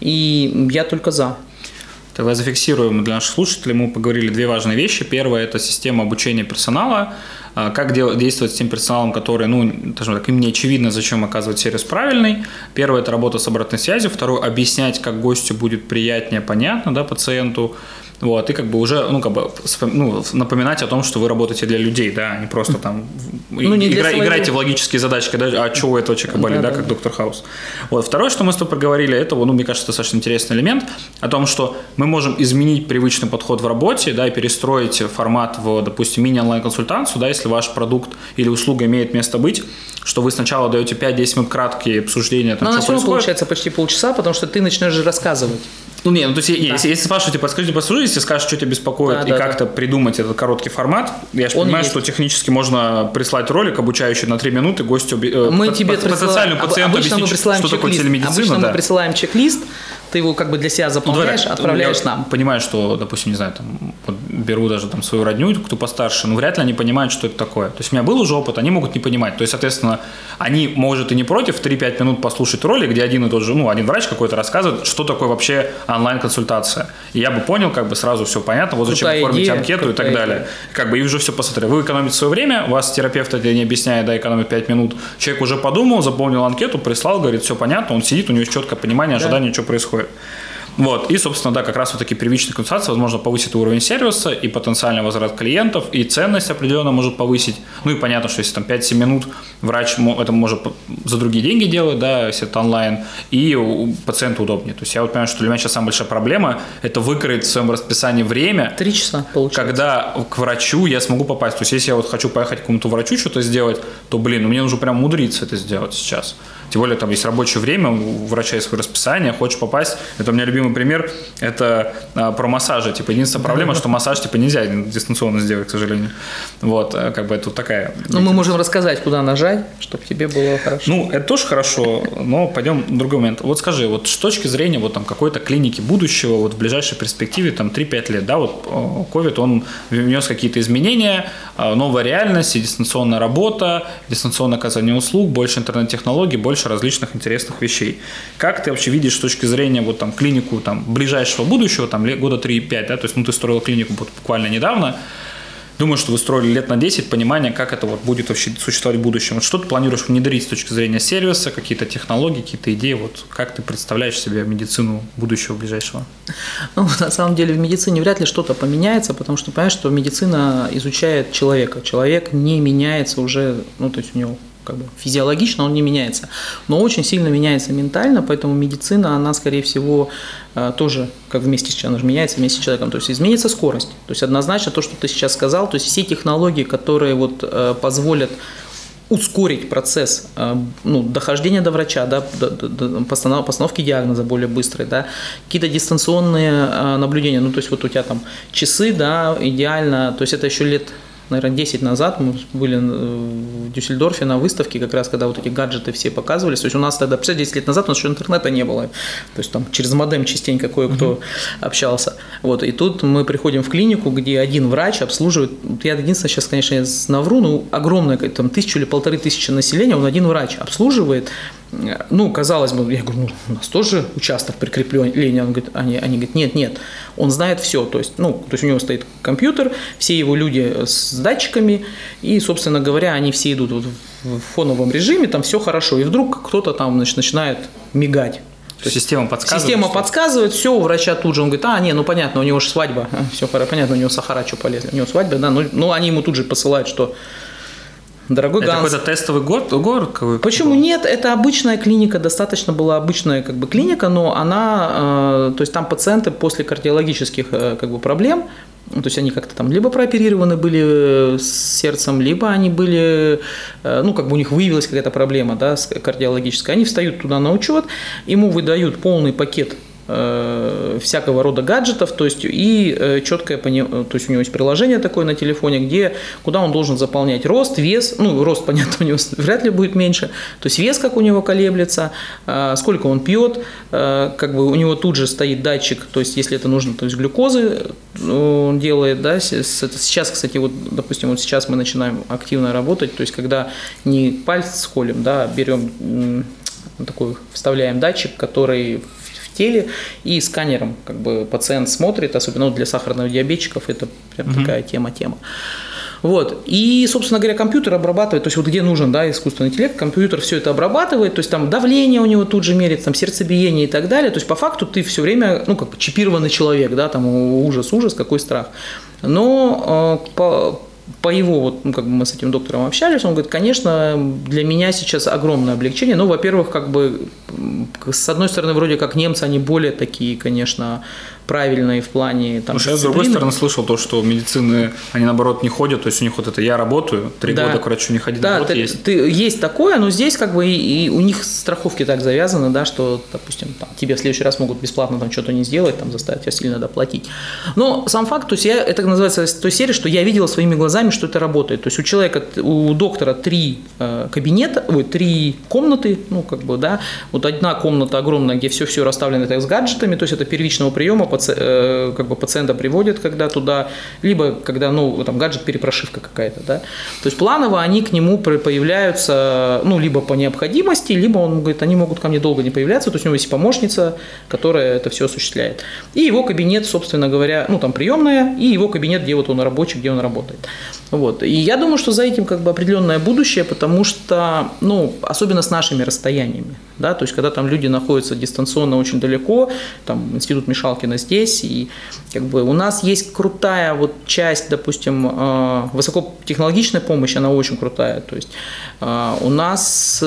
и я только за. Тогда зафиксируем для наших слушателей. Мы поговорили две важные вещи. Первое – это система обучения персонала. Как действовать с тем персоналом, который, ну, скажем так, им не очевидно, зачем оказывать сервис правильный. Первое – это работа с обратной связью. Второе – объяснять, как гостю будет приятнее, понятно, да, пациенту. Вот, и как бы уже, ну, как бы, ну, напоминать о том, что вы работаете для людей, да, а не просто там ну, не игра, играйте в логические задачи, когда, а что у этого человека болит, да, да, да, как доктор Хаус. Вот, второе, что мы с тобой проговорили, это, ну, мне кажется, достаточно интересный элемент, о том, что мы можем изменить привычный подход в работе, да, и перестроить формат в, допустим, мини-онлайн-консультацию, да, если ваш продукт или услуга имеет место быть, что вы сначала даете пять-десять минут краткие обсуждения, там, но что все равно происходит. Получается почти полчаса, потому что ты начнешь же рассказывать. Ну, не, ну, то есть, да. если, если спрашиваете, подскажите, послушайте, если скажешь, что тебя беспокоит, да, и да, как-то да. придумать этот короткий формат, я же понимаю, есть. Что технически можно прислать ролик, обучающий на три минуты гостю, мы по, тебе потенциальному пациенту объяснить, что чек-лист. такое телемедицина. Обычно да. мы присылаем чек-лист, ты его как бы для себя заполняешь, ну, отправляешь я нам. Понимаю, что, допустим, не знаю, там, вот беру даже там свою родню, кто постарше, но вряд ли они понимают, что это такое. То есть у меня был уже опыт, они могут не понимать. То есть, соответственно, они, может, и не против три-пять минут послушать ролик, где один и тот же, ну, один врач какой-то рассказывает, что такое вообще онлайн-консультация. И я бы понял, как бы сразу все понятно, вот зачем оформить идея, анкету и так идея. Далее. Как бы и уже все посмотрели. Вы экономите свое время, вас терапевт это не объясняет, да, экономит пять минут. Человек уже подумал, заполнил анкету, прислал, говорит, все понятно, он сидит, у него есть четкое понимание, ожидание, да. что происходит. Вот, и, собственно, да, как раз вот такие первичные консультации, возможно, повысит уровень сервиса и потенциальный возврат клиентов, и ценность определенно может повысить. Ну и понятно, что если там пять-семь минут врач это может за другие деньги делать, да, если это онлайн, и пациенту удобнее. То есть я вот понимаю, что для меня сейчас самая большая проблема – это выкроить в своем расписании время, Три часа, получается. Когда к врачу я смогу попасть. То есть если я вот хочу поехать к какому-то врачу что-то сделать, то, блин, ну мне нужно прям мудриться это сделать сейчас. Тем более, там есть рабочее время, у врача есть свое расписание, хочешь попасть. Это у меня любимый пример, это а, про массажи. Типа, единственная проблема, что массаж типа нельзя дистанционно сделать, к сожалению. Вот, как бы это вот такая. Ну, мы можем рассказать, куда нажать, чтобы тебе было хорошо. Ну, это тоже хорошо, но пойдем в другой момент. Вот скажи, вот с точки зрения вот там какой-то клиники будущего, вот в ближайшей перспективе, там три-пять лет, да, вот ковид, он внес какие-то изменения, новая реальность, дистанционная работа, дистанционное оказание услуг, больше интернет-технологий, больше различных интересных вещей. Как ты вообще видишь с точки зрения вот там клинику там ближайшего будущего, там года три-пять, да, то есть ну ты строил клинику буквально недавно, думаю, что вы строили лет на десять, понимание, как это вот будет вообще существовать в будущем. Вот что ты планируешь внедрить с точки зрения сервиса, какие-то технологии, какие-то идеи, вот как ты представляешь себе медицину будущего ближайшего? Ну, на самом деле в медицине вряд ли что-то поменяется, потому что понимаешь, что медицина изучает человека. Человек не меняется уже, ну то есть у него как бы физиологично он не меняется, но очень сильно меняется ментально, поэтому медицина, она, скорее всего, тоже как вместе с человеком, меняется вместе с человеком, то есть изменится скорость, то есть однозначно то, что ты сейчас сказал, то есть все технологии, которые вот позволят ускорить процесс ну, дохождения до врача, да, до, до постановки диагноза более быстрой, да, какие-то дистанционные наблюдения, ну то есть вот у тебя там часы, да, идеально, то есть это еще лет наверное, десять назад мы были в Дюссельдорфе на выставке, как раз когда вот эти гаджеты все показывались. То есть у нас тогда, представляете, десять лет назад у нас еще интернета не было. То есть там через модем частенько кое-кто uh-huh. общался. Вот, и тут мы приходим в клинику, где один врач обслуживает, я единственное сейчас, конечно, я навру, ну, огромное, там, тысячу или полторы тысячи населения, он один врач обслуживает. Ну, казалось бы, я говорю, ну, у нас тоже участок прикрепления. Он говорит, они, они говорят, нет, нет, он знает все. То есть, ну, то есть у него стоит компьютер, все его люди с датчиками, и, собственно говоря, они все идут вот в фоновом режиме, там все хорошо. И вдруг кто-то там, значит, начинает мигать. То есть система подсказывает? Система что... подсказывает, все, у врача тут же, он говорит, а, не, ну понятно, у него же свадьба, все понятно, у него сахара что полезли, у него свадьба, да, ну, ну они ему тут же посылают, что... Дорогой это Ганс. какой-то тестовый город? город какой-то? Почему нет? Это обычная клиника, достаточно была обычная как бы, клиника, но она, э, то есть там пациенты после кардиологических э, как бы, проблем, то есть они как-то там либо прооперированы были с сердцем, либо они были, э, ну как бы у них выявилась какая-то проблема, да, кардиологическая, они встают туда на учет, ему выдают полный пакет всякого рода гаджетов, то есть и э, четкое, то есть у него есть приложение такое на телефоне, где, куда он должен заполнять рост, вес, ну рост, понятно, у него вряд ли будет меньше, то есть вес, как у него колеблется, э, сколько он пьет, э, как бы у него тут же стоит датчик, то есть если это нужно, то есть глюкозы он делает, да, сейчас, кстати, вот, допустим, вот сейчас мы начинаем активно работать, то есть когда не палец холим, да, берем такой, вставляем датчик, который теле, и сканером как бы пациент смотрит, особенно для сахарных диабетчиков, это прям угу. такая тема-тема. Вот. И, собственно говоря, компьютер обрабатывает, то есть вот где нужен, да, искусственный интеллект, компьютер все это обрабатывает, то есть там давление у него тут же меряется, там сердцебиение и так далее, то есть по факту ты все время, ну, как чипированный человек, да, там ужас, ужас, какой страх. Но э, по По его, вот, ну, как бы мы с этим доктором общались, он говорит, конечно, для меня сейчас огромное облегчение. Ну, во-первых, как бы, с одной стороны, вроде как немцы, они более такие, конечно, правильные в плане там. Слушай, я с другой стороны слышал то, что медицины, они наоборот не ходят, то есть у них вот это «я работаю», три да. года к врачу не ходить, да, вот ты, есть. Ты, есть такое, но здесь как бы и, и у них страховки так завязаны, да, что, допустим, там, тебе в следующий раз могут бесплатно там что-то не сделать, там, заставить тебя сильно доплатить. Но сам факт, то есть я, это называется из той серии, что я видела своими глазами, что это работает. То есть у человека, у доктора три э, кабинета, ой, три комнаты, ну, как бы, да, вот одна комната огромная, где все-все расставлено так, с гаджетами, то есть это первичного приема, паци, э, как бы пациента приводят, когда туда, либо когда, ну, там, гаджет-перепрошивка какая-то, да. То есть планово они к нему появляются, ну, либо по необходимости, либо он говорит, они могут ко мне долго не появляться, то есть у него есть помощница, которая это все осуществляет. И его кабинет, собственно говоря, ну, там, приемная, и его кабинет, где вот он рабочий, где он работает. Вот. И я думаю, что за этим как бы определенное будущее, потому что, ну, особенно с нашими расстояниями, да, то есть когда там люди находятся дистанционно очень далеко, там институт Мишалкина здесь, и как бы у нас есть крутая вот часть, допустим, высокотехнологичная помощь, она очень крутая, то есть у нас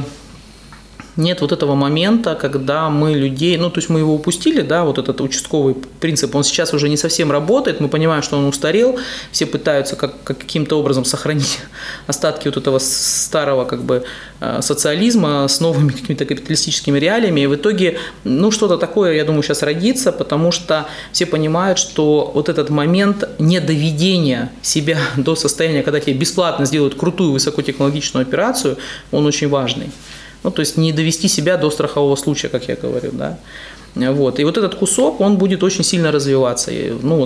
нет вот этого момента, когда мы людей, ну, то есть мы его упустили, да, вот этот участковый принцип, он сейчас уже не совсем работает, мы понимаем, что он устарел, все пытаются как, как каким-то образом сохранить остатки вот этого старого, как бы, социализма с новыми какими-то капиталистическими реалиями, и в итоге, ну, что-то такое, я думаю, сейчас родится, потому что все понимают, что вот этот момент недоведения себя до состояния, когда тебе бесплатно сделают крутую высокотехнологичную операцию, он очень важный. Ну, то есть не довести себя до страхового случая, как я говорю, да. Вот. И вот этот кусок, он будет очень сильно развиваться. И, ну,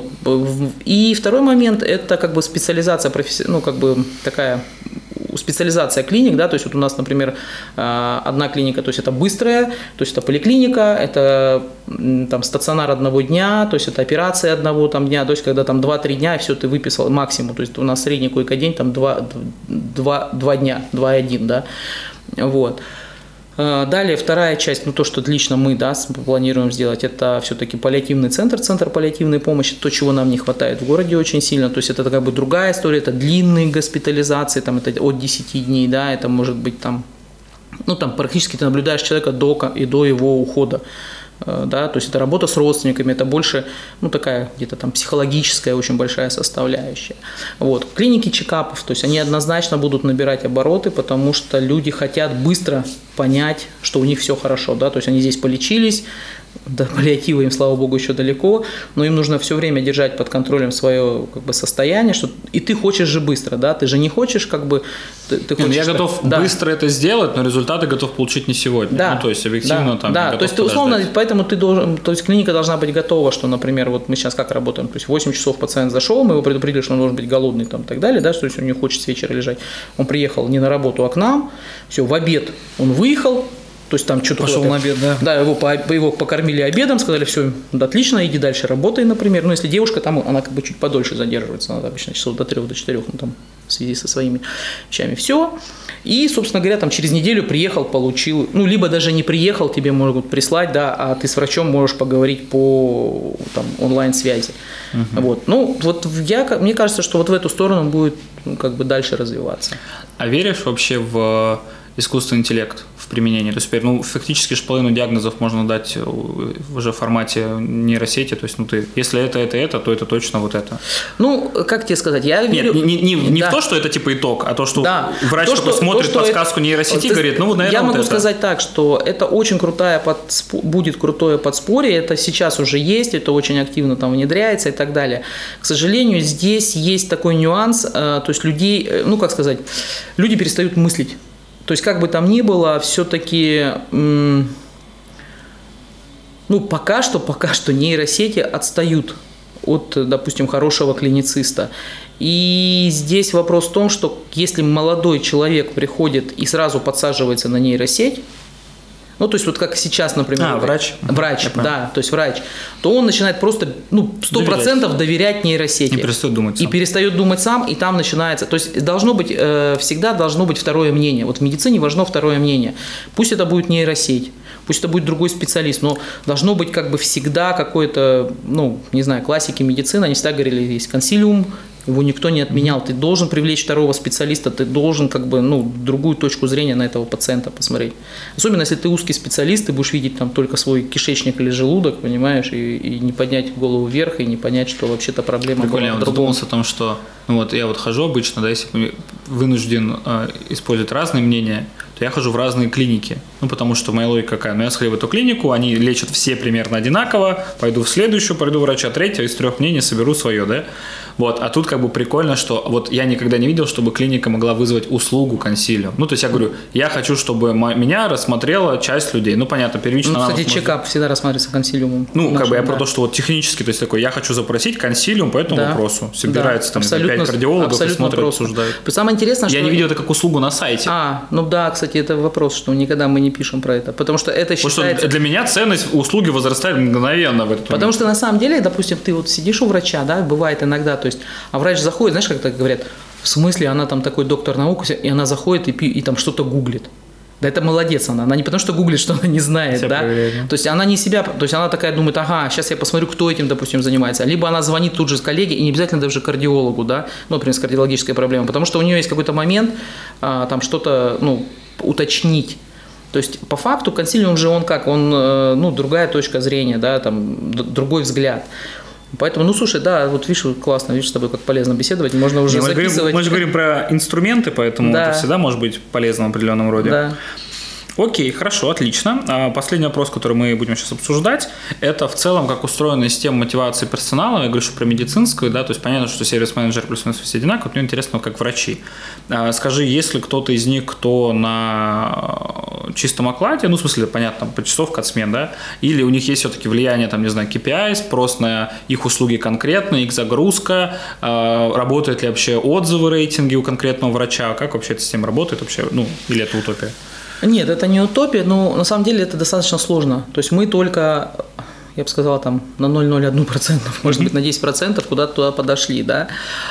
и второй момент – это как бы специализация, професси... ну, как бы такая специализация клиник, да, то есть вот у нас, например, одна клиника, то есть это быстрая, то есть это поликлиника, это там стационар одного дня, то есть это операция одного там дня, то есть когда там два-три дня, и все, ты выписал максимум, то есть у нас средний койко-день там два дня, два и один, да, вот. Далее вторая часть, ну то, что лично мы, да, планируем сделать, это все-таки паллиативный центр, центр паллиативной помощи, то, чего нам не хватает в городе очень сильно, то есть это как бы другая история, это длинные госпитализации, там это от десяти дней, да, это может быть там, ну там практически ты наблюдаешь человека до и до его ухода. Да, то есть это работа с родственниками, это больше, ну, такая где-то там психологическая очень большая составляющая. Вот. Клиники чекапов, то есть они однозначно будут набирать обороты, потому что люди хотят быстро понять, что у них все хорошо, да, то есть они здесь полечились, до паллиатива им, слава богу, еще далеко, но им нужно все время держать под контролем свое как бы, состояние, что и ты хочешь же быстро, да, ты же не хочешь как бы… Ты, ты хочешь, я так, готов да. быстро это сделать, но результаты готов получить не сегодня, да, ну, то есть объективно да, там… Да, то есть ты, условно, поэтому ты должен, то есть клиника должна быть готова, что, например, вот мы сейчас как работаем, то есть в восемь часов пациент зашел, мы его предупредили, что он должен быть голодный там и так далее, да, что есть он не хочет с вечера лежать, он приехал не на работу, а к нам, все, в обед он выехал, то есть там что-то… Пошел на обед, да? Да, его, по, его покормили обедом, сказали, все, да, отлично, иди дальше работай, например. Ну, если девушка, там она как бы чуть подольше задерживается, она обычно часов до трех, до четырех, ну, там, в связи со своими вещами. Все. И, собственно говоря, там через неделю приехал, получил, ну, либо даже не приехал, тебе могут прислать, да, а ты с врачом можешь поговорить по там, онлайн-связи. Угу. Вот. Ну, вот я, мне кажется, что вот в эту сторону будет, ну, как бы дальше развиваться. А веришь вообще в искусственный интеллект в применении? То есть теперь, ну, фактически же половину диагнозов можно дать уже в формате нейросети, то есть, ну, ты, если это, это, это, то это точно вот это. Ну, как тебе сказать, я верю... Нет, не, не, не да. в то, что это типа итог, а то, что да. врач то, такой что, смотрит то, подсказку это... нейросети и говорит, ну, вот, наверное, Я вот могу это. сказать так, что это очень крутая подспо... будет крутое подспорье, это сейчас уже есть, это очень активно там внедряется и так далее. К сожалению, здесь есть такой нюанс, то есть людей, ну, как сказать, люди перестают мыслить. То есть, как бы там ни было, все-таки, ну, пока что, пока что нейросети отстают от, допустим, хорошего клинициста. И здесь вопрос в том, что если молодой человек приходит и сразу подсаживается на нейросеть, ну, то есть, вот как сейчас, например... А, врач. Врач, да, то есть врач. То он начинает просто, ну, сто процентов доверять нейросети. И перестает думать сам. И перестает думать сам, и там начинается... То есть, должно быть, э, всегда должно быть второе мнение. Вот в медицине важно второе мнение. Пусть это будет нейросеть, пусть это будет другой специалист, но должно быть как бы всегда какое-то, ну, не знаю, классики медицины, они всегда говорили, есть консилиум, его никто не отменял. Ты должен привлечь второго специалиста, ты должен как бы, ну, другую точку зрения на этого пациента посмотреть. Особенно, если ты узкий специалист, ты будешь видеть там только свой кишечник или желудок, понимаешь, и, и не поднять голову вверх, и не понять, что вообще-то проблема Прикольно, была в я вот другом. задумался о том, что ну, вот я вот хожу обычно, да, если вынужден э, использовать разные мнения, то я хожу в разные клиники. Ну, потому что моя логика какая? Ну, я сходил в эту клинику, они лечат все примерно одинаково, пойду в следующую, пойду врача третьего, из трех мнений соберу свое, да? Вот, а тут как бы прикольно, что вот я никогда не видел, чтобы клиника могла вызвать услугу консилиум. Ну, то есть я говорю, я хочу, чтобы меня рассмотрела часть людей. Ну, понятно, первично. Ну, кстати, может... чекап всегда рассматривается консилиумом. Ну, нашим, как бы я да. про то, что вот технически, то есть такой, я хочу запросить консилиум по этому да. вопросу. Собирается да. там пять кардиологов и смотрят, просто. обсуждают. Самое интересное, я что... не видел это как услугу на сайте. А, ну да, кстати, это вопрос, что никогда мы не пишем про это, потому что это Потому считается... что для меня ценность услуги возрастает мгновенно в этот момент. Потому что на самом деле, допустим, ты вот сидишь у врача, да, бывает иногда, то есть, а врач заходит, знаешь, как так говорят, в смысле, она там такой доктор наук, и она заходит и, пи- и там что-то гуглит. Да это молодец она, она не потому что гуглит, что она не знает, Себя да, проверяет. то есть она не себя, то есть она такая думает, ага, сейчас я посмотрю, кто этим, допустим, занимается, либо она звонит тут же с коллеге, и не обязательно даже кардиологу, да, ну, например, с кардиологической проблемой, потому что у нее есть какой-то момент, а, там что-то, ну, уточнить. То есть, по факту, консилиум же он как, он, ну, другая точка зрения, да, там, другой взгляд. Поэтому, ну, слушай, да, вот видишь, классно, видишь, с тобой как полезно беседовать, можно уже Не, мы записывать. Говорим, мы же говорим про инструменты, поэтому да. это всегда может быть полезно в определенном роде. Да. Окей, хорошо, отлично. Последний вопрос, который мы будем сейчас обсуждать, это в целом, как устроена система мотивации персонала. Я говорю, что про медицинскую, да, то есть понятно, что сервис-менеджер плюс-минус все одинаковые, мне интересно, как врачи. Скажи, есть ли кто-то из них, кто на чистом окладе, ну, в смысле, понятно, почасовка от смен, да, или у них есть все-таки влияние, там, не знаю, кей пи ай, спрос на их услуги конкретно, их загрузка, работают ли вообще отзывы, рейтинги у конкретного врача, как вообще эта система работает вообще, ну, или это утопия? Нет, это не утопия, но на самом деле это достаточно сложно. То есть мы только, я бы сказала, там на ноль целых ноль один процент, может быть, на десять процентов куда-то туда подошли, да.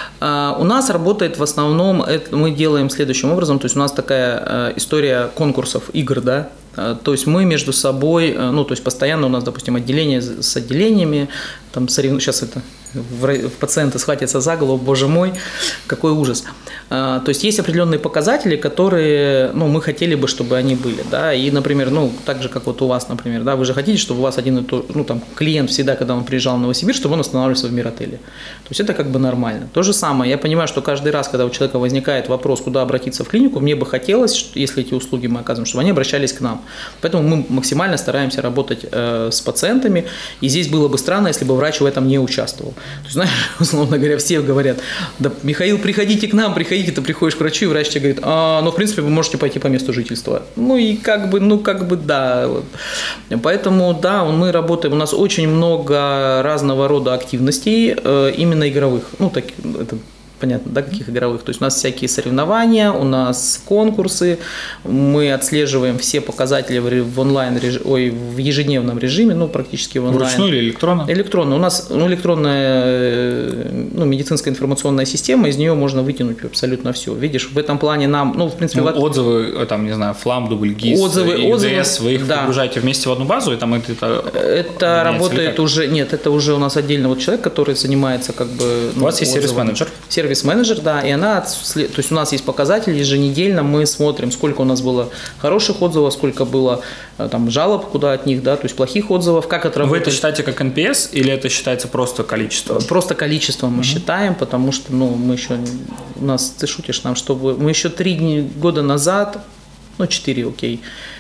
А у нас работает в основном, это мы делаем следующим образом, то есть у нас такая история конкурсов, игр, да. То есть мы между собой, ну, то есть постоянно у нас, допустим, отделение с отделениями, там сорев... сейчас это пациенты схватятся за голову, боже мой, какой ужас. То есть есть определенные показатели, которые, ну, мы хотели бы, чтобы они были, да, и, например, ну, так же, как вот у вас, например, да, вы же хотите, чтобы у вас один и тот, ну, там, клиент всегда, когда он приезжал в Новосибирск, чтобы он останавливался в Миротеле. То есть это как бы нормально. То же самое, я понимаю, что каждый раз, когда у человека возникает вопрос, куда обратиться в клинику, мне бы хотелось, если эти услуги мы оказываем, чтобы они обращались к нам. Поэтому мы максимально стараемся работать э, с пациентами, и здесь было бы странно, если бы врач в этом не участвовал. То есть, знаешь, условно говоря, все говорят, да, Михаил, приходите к нам, приходите, ты приходишь к врачу, и врач тебе говорит, а, ну, в принципе, вы можете пойти по месту жительства. Ну, и как бы, ну, как бы, да. Вот. Поэтому, да, мы работаем, у нас очень много разного рода активностей, э, именно игровых. Ну, так, это понятно, да, каких игровых. То есть у нас всякие соревнования, у нас конкурсы, мы отслеживаем все показатели в онлайн, ой, в ежедневном режиме, ну, практически в онлайн. Вручную или электронно? Электронно. У нас ну, электронная ну, медицинская информационная система, из нее можно вытянуть абсолютно все. Видишь, в этом плане нам, ну, в принципе... Ну, вот... Отзывы, там, не знаю, Флам, Дубльгиз, отзывы, ю ди эс, отзывы, вы их да. погружаете вместе в одну базу, и там это... Это, это работает уже... Нет, это уже у нас отдельно вот человек, который занимается как бы... У ну, вас есть сервис-менеджер? Сервис-менеджер, да, и она... То есть у нас есть показатели, еженедельно мы смотрим, сколько у нас было хороших отзывов, сколько было там жалоб куда от них, да, то есть плохих отзывов, как это работает. Вы это считаете как эн пи эс или это считается просто количеством? Просто количеством мы uh-huh. считаем, потому что, ну, мы еще... У нас, ты шутишь нам, чтобы... Мы еще три года назад... Ну, четыре, окей.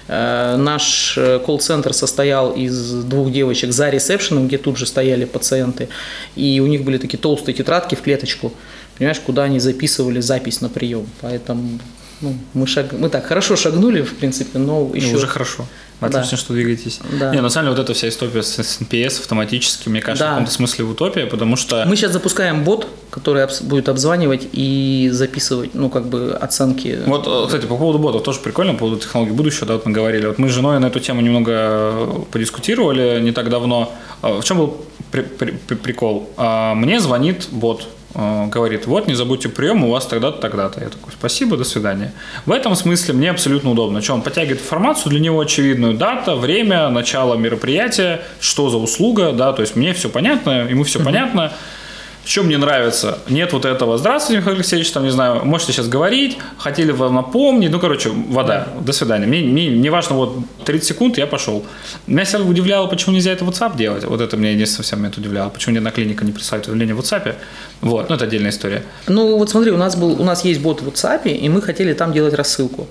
Э, наш колл-центр состоял из двух девочек за ресепшеном, где тут же стояли пациенты, и у них были такие толстые тетрадки в клеточку, понимаешь, куда они записывали запись на прием. Поэтому ну, мы, шаг... мы так хорошо шагнули, в принципе, но еще... Ну, уже хорошо. Отлично, да. Что двигаетесь. Да. Не, на самом деле, вот эта вся история с эн пи эс автоматически, мне кажется, да. в каком-то смысле утопия, потому что... Мы сейчас запускаем бот, который будет обзванивать и записывать, ну, как бы, оценки. Вот, кстати, по поводу ботов тоже прикольно, по поводу технологий будущего, да, вот мы говорили. Вот мы с женой на эту тему немного подискутировали не так давно. В чем был при- при- прикол? Мне звонит бот, говорит, вот, не забудьте прием, у вас тогда-то, тогда-то. Я такой, спасибо, до свидания. В этом смысле мне абсолютно удобно. Что, он подтягивает информацию, для него очевидную дата, время, начало мероприятия, что за услуга, да, то есть мне все понятно, ему все uh-huh. понятно. Что мне нравится? Нет вот этого. Здравствуйте, Михаил Алексеевич, там, не знаю, можете сейчас говорить, хотели вам напомнить, ну, короче, вода, до свидания. Мне, мне не важно, вот тридцать секунд, я пошел. Меня всегда удивляло, почему нельзя это в WhatsApp делать. Вот это меня единственное всем это удивляло. Почему ни одна клиника не присылает уведомление в WhatsApp. Вот, ну, это отдельная история. Ну, вот смотри, у нас, был, у нас есть бот в WhatsApp, и мы хотели там делать рассылку.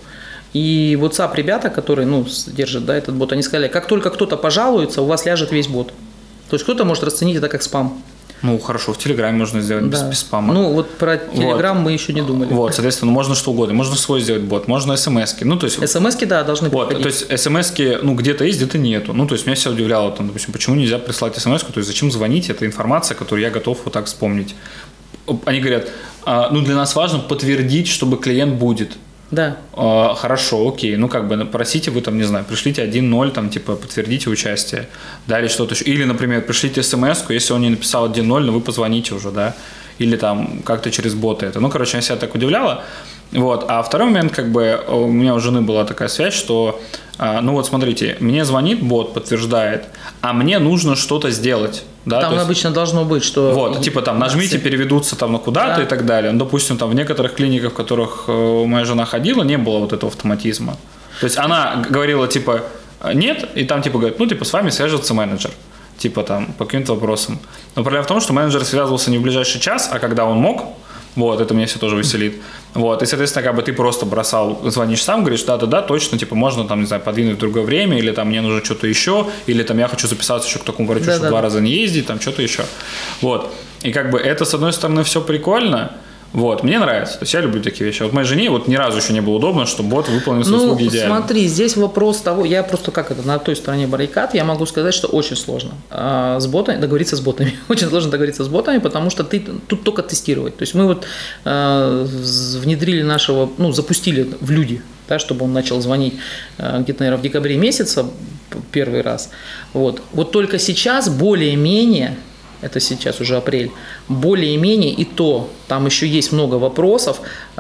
И WhatsApp ребята, которые, ну, держат, да, этот бот, они сказали, как только кто-то пожалуется, у вас ляжет весь бот. То есть кто-то может расценить это как спам. Ну, хорошо, в Телеграме можно сделать да. без, без спама. Ну, вот про Телеграм вот. Мы еще не думали. Вот, соответственно, можно что угодно. Можно свой сделать бот, можно смс-ки. Ну, то есть... смс-ки, да, должны вот, приходить. То есть, смс-ки, ну, где-то есть, где-то нету. Ну, то есть, меня всегда удивляло, там, допустим, почему нельзя прислать смс-ку, то есть, зачем звонить, это информация, которую я готов вот так вспомнить. Они говорят, ну, для нас важно подтвердить, чтобы клиент будет. Да. А, хорошо, окей. Ну, как бы, просите вы там, не знаю, пришлите один ноль, там, типа, подтвердите участие. Да, или что-то еще. Или, например, пришлите смс-ку, если он не написал один ноль, но вы позвоните уже, да. Или там как-то через боты это. Ну, короче, меня себя так удивляло. Вот. А второй момент, как бы, у меня у жены была такая связь, что, ну, вот смотрите, мне звонит бот, подтверждает, а мне нужно что-то сделать. Да, там есть, обычно должно быть, что... Вот, типа там нажмите, переведутся там на куда-то да. и так далее. Ну, допустим, там в некоторых клиниках, в которых моя жена ходила, не было вот этого автоматизма. То есть она говорила, типа, нет, и там, типа, говорит, ну, типа, с вами свяжется менеджер. Типа, там, по каким-то вопросам. Но проблема в том, что менеджер связывался не в ближайший час, а когда он мог. Вот, это меня все тоже веселит. Вот, и, соответственно, как бы ты просто бросал, звонишь сам, говоришь, да-да-да, точно, типа, можно, там, не знаю, подвинуть в другое время, или там мне нужно что-то еще, или там я хочу записаться еще к такому врачу, чтобы два раза не ездить, там, что-то еще. Вот, и как бы это, с одной стороны, все прикольно, вот, мне нравится, то есть я люблю такие вещи. Вот моей жене вот ни разу еще не было удобно, что бот выполнил свои ну, услуги идеально. Смотри, здесь вопрос того, я просто как это, на той стороне баррикад, я могу сказать, что очень сложно а, с ботами, договориться с ботами, очень сложно договориться с ботами, потому что ты тут только тестировать. То есть мы вот а, внедрили нашего, ну, запустили в люди, да, чтобы он начал звонить а, где-то, наверное, в декабре месяце первый раз. Вот, вот только сейчас более-менее, это сейчас уже апрель, более-менее и то, там еще есть много вопросов,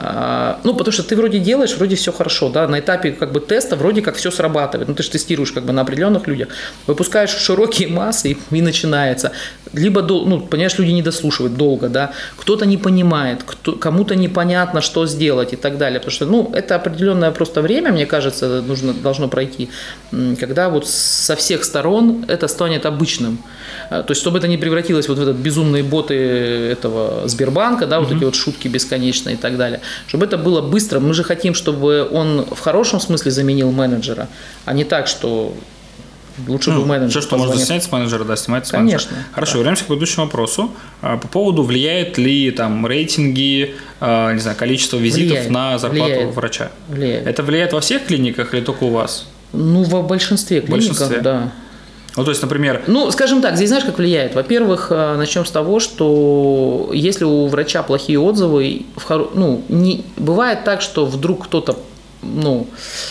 ну, потому что ты вроде делаешь, вроде все хорошо, да, на этапе как бы теста вроде как все срабатывает, ну, ты же тестируешь как бы на определенных людях, выпускаешь широкие массы и, и начинается. Либо, ну, понимаешь, люди не дослушивают долго, да, кто-то не понимает, кто, кому-то непонятно, что сделать и так далее, потому что, ну, это определенное просто время, мне кажется, нужно, должно пройти, когда вот со всех сторон это станет обычным. То есть, чтобы это не превратилось вот в этот безумные боты этого Сбербанка, да, вот mm-hmm. эти вот шутки бесконечные и так далее. Чтобы это было быстро. Мы же хотим, чтобы он в хорошем смысле заменил менеджера, а не так, что лучше ну, бы менеджер все, что можно снять с менеджера, да, снимать с Конечно, менеджера. Хорошо, да. вернемся к предыдущему вопросу. По поводу, влияет ли там рейтинги, не знаю, количество визитов влияет, на зарплату влияет, врача? Влияет. Это влияет во всех клиниках или только у вас? Ну, в большинстве клиников, большинстве. да. Ну, то есть, например... Ну, скажем так, здесь знаешь, как влияет? Во-первых, начнем с того, что если у врача плохие отзывы, в хоро... ну, не... бывает так, что вдруг кто-то, ну...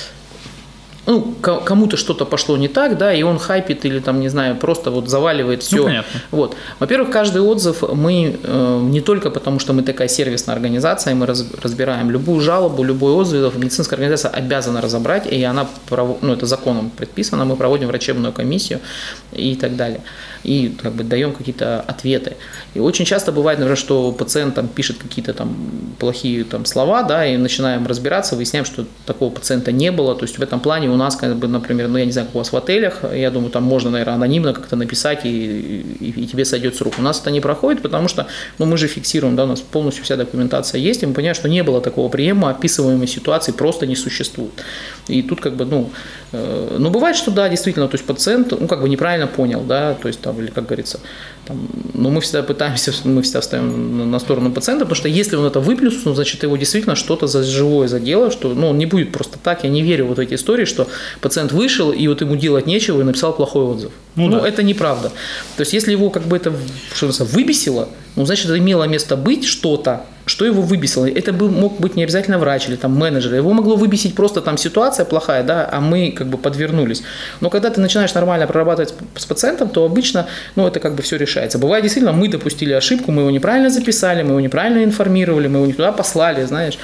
ну, кому-то что-то пошло не так, да, и он хайпит или там, не знаю, просто вот заваливает все. Ну, понятно. Вот. Во-первых, каждый отзыв мы э, не только потому, что мы такая сервисная организация, мы раз, разбираем любую жалобу, любой отзыв, медицинская организация обязана разобрать, и она, ну, это законом предписано, мы проводим врачебную комиссию и так далее. И как бы даем какие-то ответы. И очень часто бывает, например, что пациент там пишет какие-то там плохие там слова, да, и начинаем разбираться, выясняем, что такого пациента не было. То есть в этом плане у нас, как бы, например, ну я не знаю, как у вас в отелях, я думаю, там можно, наверное, анонимно как-то написать, и, и, и тебе сойдет с рук. У нас это не проходит, потому что, ну, мы же фиксируем, да, у нас полностью вся документация есть, и мы понимаем, что не было такого приема, описываемой ситуации просто не существует. И тут как бы, ну, э, ну бывает, что да, действительно, то есть пациент, ну, как бы неправильно понял, да, то есть там, или как говорится, там, но мы всегда пытаемся, мы всегда встаем на сторону пациента, потому что если он это выплюснул, значит, его действительно что-то за живое задело, что, ну, он не будет просто так. Я не верю в вот эти истории, что пациент вышел, и вот ему делать нечего, и написал плохой отзыв. Ну, ну да. Это неправда. То есть, если его как бы это что-то выбесило, ну, значит, это имело место быть что-то, что его выбесило. Это был, мог быть не обязательно врач или там менеджер. Его могло выбесить просто там ситуация плохая, да, а мы как бы подвернулись. Но когда ты начинаешь нормально прорабатывать с пациентом, то обычно, ну, это как бы все решается. Бывает, действительно, мы допустили ошибку, мы его неправильно записали, мы его неправильно информировали, мы его не туда послали, знаешь.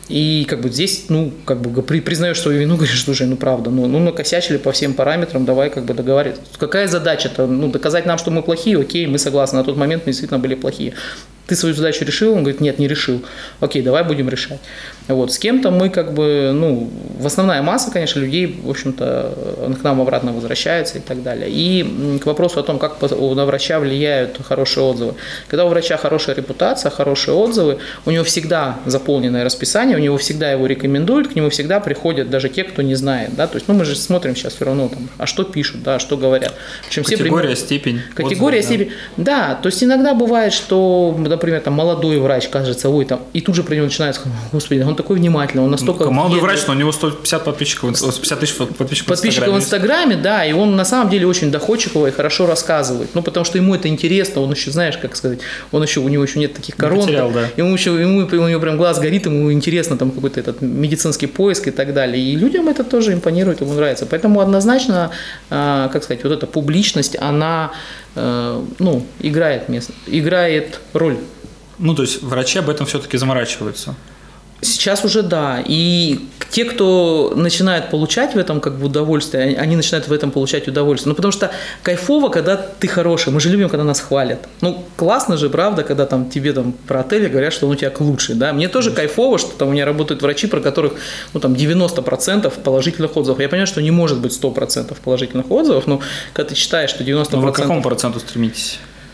И как бы здесь, ну, как бы признаешь свою вину, говоришь, слушай, ну, правда, ну, ну, накосячили по всем параметрам, давай как бы договариваться. Какая задача-то? Ну, доказать нам, что мы плохие, окей, мы согласны, на тот момент мы действительно были плохие. Ты свою задачу решил? Он говорит, нет, не решил. Окей, давай будем решать. Вот. С кем-то мы как бы, ну, в основная масса, конечно, людей, в общем-то, к нам обратно возвращается и так далее. И к вопросу о том, как на врача влияют хорошие отзывы. Когда у врача хорошая репутация, хорошие отзывы, у него всегда заполненное расписание, у него всегда его рекомендуют, к нему всегда приходят даже те, кто не знает, да, то есть, ну, мы же смотрим сейчас все равно, там, а что пишут, да, что говорят. Причем категория, все степень. Категория, отзывы, степень. Да. да, то есть иногда бывает, что, например, там молодой врач, кажется, ой, там, и тут же про него начинается, господи, он такой внимательный, он настолько... Ну, молодой врач, но у него сто пятьдесят подписчиков, сто пятьдесят тысяч подписчиков, подписчиков в Инстаграме, да, и он на самом деле очень доходчиво и хорошо рассказывает, ну, потому что ему это интересно, он еще, знаешь, как сказать, он еще, у него еще нет таких корон, потерял, да. ему еще, ему, у него прям глаз горит, ему интересно там какой-то этот медицинский поиск и так далее, и людям это тоже импонирует, ему нравится, поэтому однозначно, э, как сказать, вот эта публичность, она, э, ну, играет место, играет роль. Ну, то есть врачи об этом все-таки заморачиваются. Сейчас уже да. И те, кто начинает получать в этом как бы удовольствие, они начинают в этом получать удовольствие. Ну, потому что кайфово, когда ты хороший. Мы же любим, когда нас хвалят. Ну, классно же, правда, когда там тебе там про отель говорят, что он у тебя лучший. Да? Мне тоже кайфово, что там у меня работают врачи, про которых, ну, там девяносто процентов положительных отзывов. Я понимаю, что не может быть сто процентов положительных отзывов, но когда ты читаешь, что девяносто процентов... Ну, вы к какому проценту стремитесь?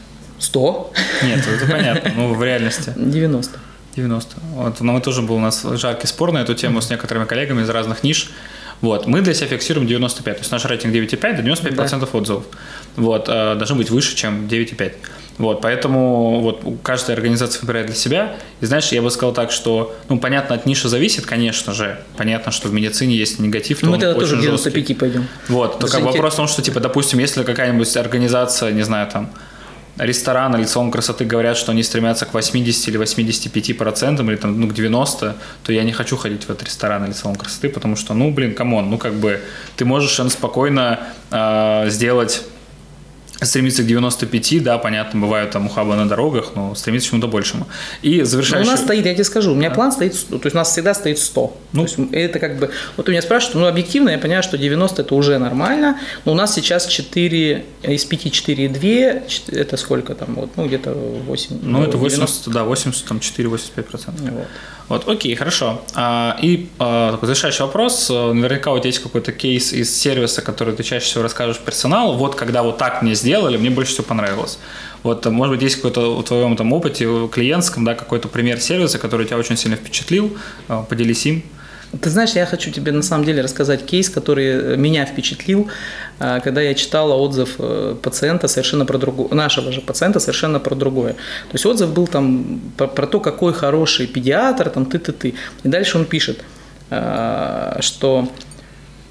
сто? Нет, это понятно, ну, в реальности. девяносто. девяносто. Вот, но мы тоже был у нас жаркий спор на эту тему с некоторыми коллегами из разных ниш. Вот, мы для себя фиксируем девяносто пять. То есть наш рейтинг девять и пять, до девяносто пять процентов да. отзывов. Вот, э, должны быть выше, чем девять и пять. Вот, поэтому вот каждая организация выбирает для себя. И знаешь, я бы сказал так, что, ну, понятно, от ниши зависит, конечно же. Понятно, что в медицине есть негатив, то мы он тогда очень тоже к девяноста жесткий. пяти пойдем. Вот, только вопрос в том, что, типа, допустим, если какая-нибудь организация, не знаю, там, ресторан или салон красоты говорят, что они стремятся к восьмидесяти или восьмидесяти пяти процентам или там, ну, к девяноста, то я не хочу ходить в этот ресторан или салон красоты, потому что, ну, блин, камон, ну, как бы ты можешь совершенно спокойно э, сделать, стремиться к девяноста пяти, да, понятно, бывают там ухабы на дорогах, но стремиться к чему-то большему. И завершающий... У нас стоит, я тебе скажу, у меня да. план стоит, то есть у нас всегда стоит сто. Ну, то есть это как бы, вот у меня спрашивают, ну, объективно я понимаю, что девяносто это уже нормально, но у нас сейчас четыре, из пяти четыре и два, это сколько там, вот, ну, где-то восемь. Ну, это восемьдесят, да, восемьдесят, там, четыре восемьдесят пять процентов. Вот. Вот, окей, хорошо. А, и а, такой завершающий вопрос. Наверняка у тебя есть какой-то кейс из сервиса, который ты чаще всего расскажешь персоналу. Вот когда вот так мне сделали, мне больше всего понравилось. Вот, может быть, есть какой-то в твоем там опыте клиентском, да, какой-то пример сервиса, который тебя очень сильно впечатлил. Поделись им. Ты знаешь, я хочу тебе на самом деле рассказать кейс, который меня впечатлил, когда я читала отзыв пациента совершенно про другое, нашего же пациента совершенно про другое. То есть отзыв был там про, про то, какой хороший педиатр, там ты-ты-ты. И дальше он пишет, что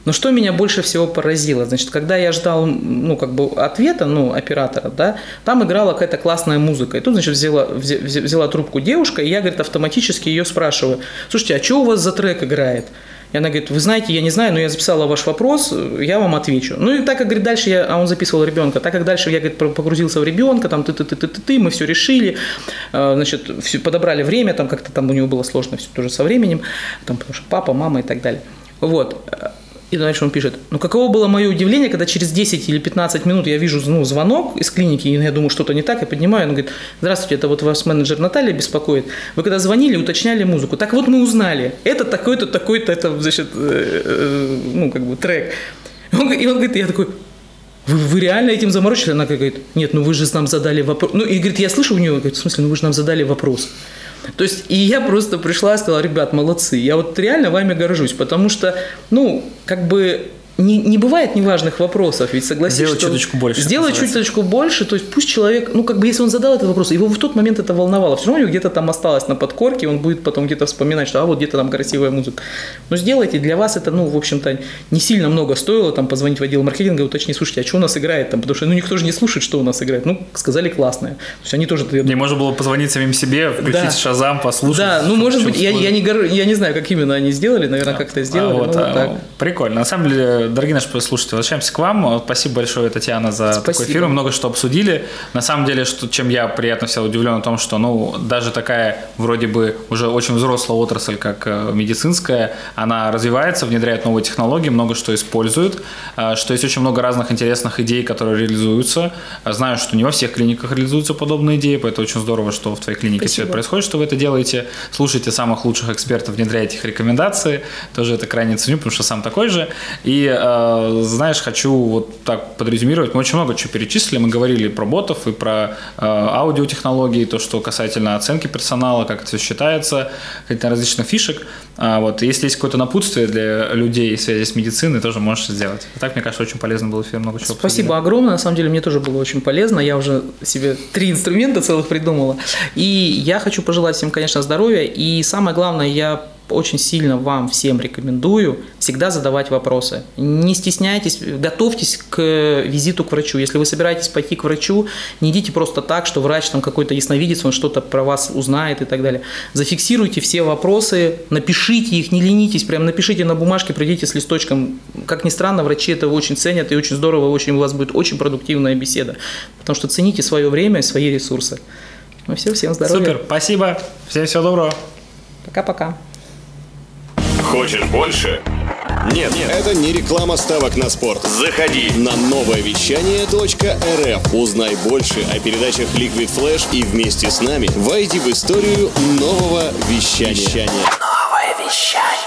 Но что меня больше всего поразило, значит, когда я ждал, ну, как бы ответа, ну, оператора, да, там играла какая-то классная музыка. И тут, значит, взяла, взяла трубку девушка, и я, говорит, автоматически ее спрашиваю: слушайте, а что у вас за трек играет? И она говорит: вы знаете, я не знаю, но я записала ваш вопрос, я вам отвечу. Ну и так как, говорит, дальше я, а он записывал ребенка, так как дальше я, говорит, погрузился в ребенка, там ты-ты-ты-ты-ты, мы все решили, значит, все, подобрали время, там как-то там у него было сложно все тоже со временем, там, потому что папа, мама и так далее. Вот. И дальше он пишет: ну каково было мое удивление, когда через десять или пятнадцать минут я вижу, ну, звонок из клиники, и я думаю, что-то не так, я поднимаю, он говорит: здравствуйте, это вот ваш менеджер Наталья беспокоит. Вы когда звонили, уточняли музыку. Так вот мы узнали, это такой-то, такой-то, это, значит, э, э, ну, как бы трек. И он, и он говорит, я такой: Вы, вы реально этим заморочились? Она говорит: нет, ну вы же нам задали вопрос. Ну, и говорит, я слышу у нее, говорит, в смысле, ну вы же нам задали вопрос. То есть, и я просто пришла и сказала: ребят, молодцы, я вот реально вами горжусь, потому что, ну, как бы, не, не бывает неважных вопросов, ведь согласись, сделать что... чуточку больше. Сделать чуточку больше, то есть пусть человек, ну, как бы, если он задал этот вопрос, его в тот момент это волновало, все равно у него где-то там осталось на подкорке, он будет потом где-то вспоминать, что, а, вот где-то там красивая музыка. Но сделайте, для вас это, ну, в общем-то, не сильно много стоило, там, позвонить в отдел маркетинга и уточнить: слушайте, а что у нас играет там, потому что, ну, никто же не слушает, что у нас играет, ну, сказали классное. То есть они тоже... Не можно было позвонить самим себе, включить да. Шазам, послушать. Да, ну, может быть, я, я, не гор... я не знаю, как именно они сделали, наверное, да. как-то сделали, а, вот, ну, а, вот так. Прикольно. На самом деле, дорогие наши слушатели, возвращаемся к вам. Спасибо большое, Татьяна, за Спасибо. такой эфир. Мы много что обсудили. На самом деле, что, чем я приятно всегда удивлен, о том, что, ну, даже такая вроде бы уже очень взрослая отрасль, как медицинская, она развивается, внедряет новые технологии, много что использует, что есть очень много разных интересных идей, которые реализуются. Знаю, что не во всех клиниках реализуются подобные идеи, поэтому очень здорово, что в твоей клинике Спасибо. все это происходит, что вы это делаете. Слушайте самых лучших экспертов, внедряйте их рекомендации. Тоже это крайне ценю, потому что сам такой же. И знаешь, хочу вот так подрезюмировать. Мы очень много чего перечислили. Мы говорили про ботов и про э, аудиотехнологии, то, что касательно оценки персонала, как это все считается, каких-то различных фишек. А, вот, если есть какое-то напутствие для людей в связи с медициной, тоже можешь сделать. А так, мне кажется, очень полезно был эфир, много чего Спасибо обсудили. огромное. На самом деле, мне тоже было очень полезно. Я уже себе три инструмента целых придумала. И я хочу пожелать всем, конечно, здоровья. И самое главное, я очень сильно вам всем рекомендую всегда задавать вопросы. Не стесняйтесь, готовьтесь к визиту к врачу. Если вы собираетесь пойти к врачу, не идите просто так, что врач там какой-то ясновидец, он что-то про вас узнает и так далее. Зафиксируйте все вопросы, напишите их, не ленитесь, прям напишите на бумажке, пройдите с листочком. Как ни странно, врачи это очень ценят, и очень здорово, очень у вас будет очень продуктивная беседа. Потому что цените свое время и свои ресурсы. Ну все, всем здоровья. Супер, спасибо. Всем всего доброго. Пока-пока. Хочешь больше? Нет, нет, это не реклама ставок на спорт. Заходи на новое вещание точка эр эф. Узнай больше о передачах Liquid Flash и вместе с нами войди в историю нового вещания. Новое вещание.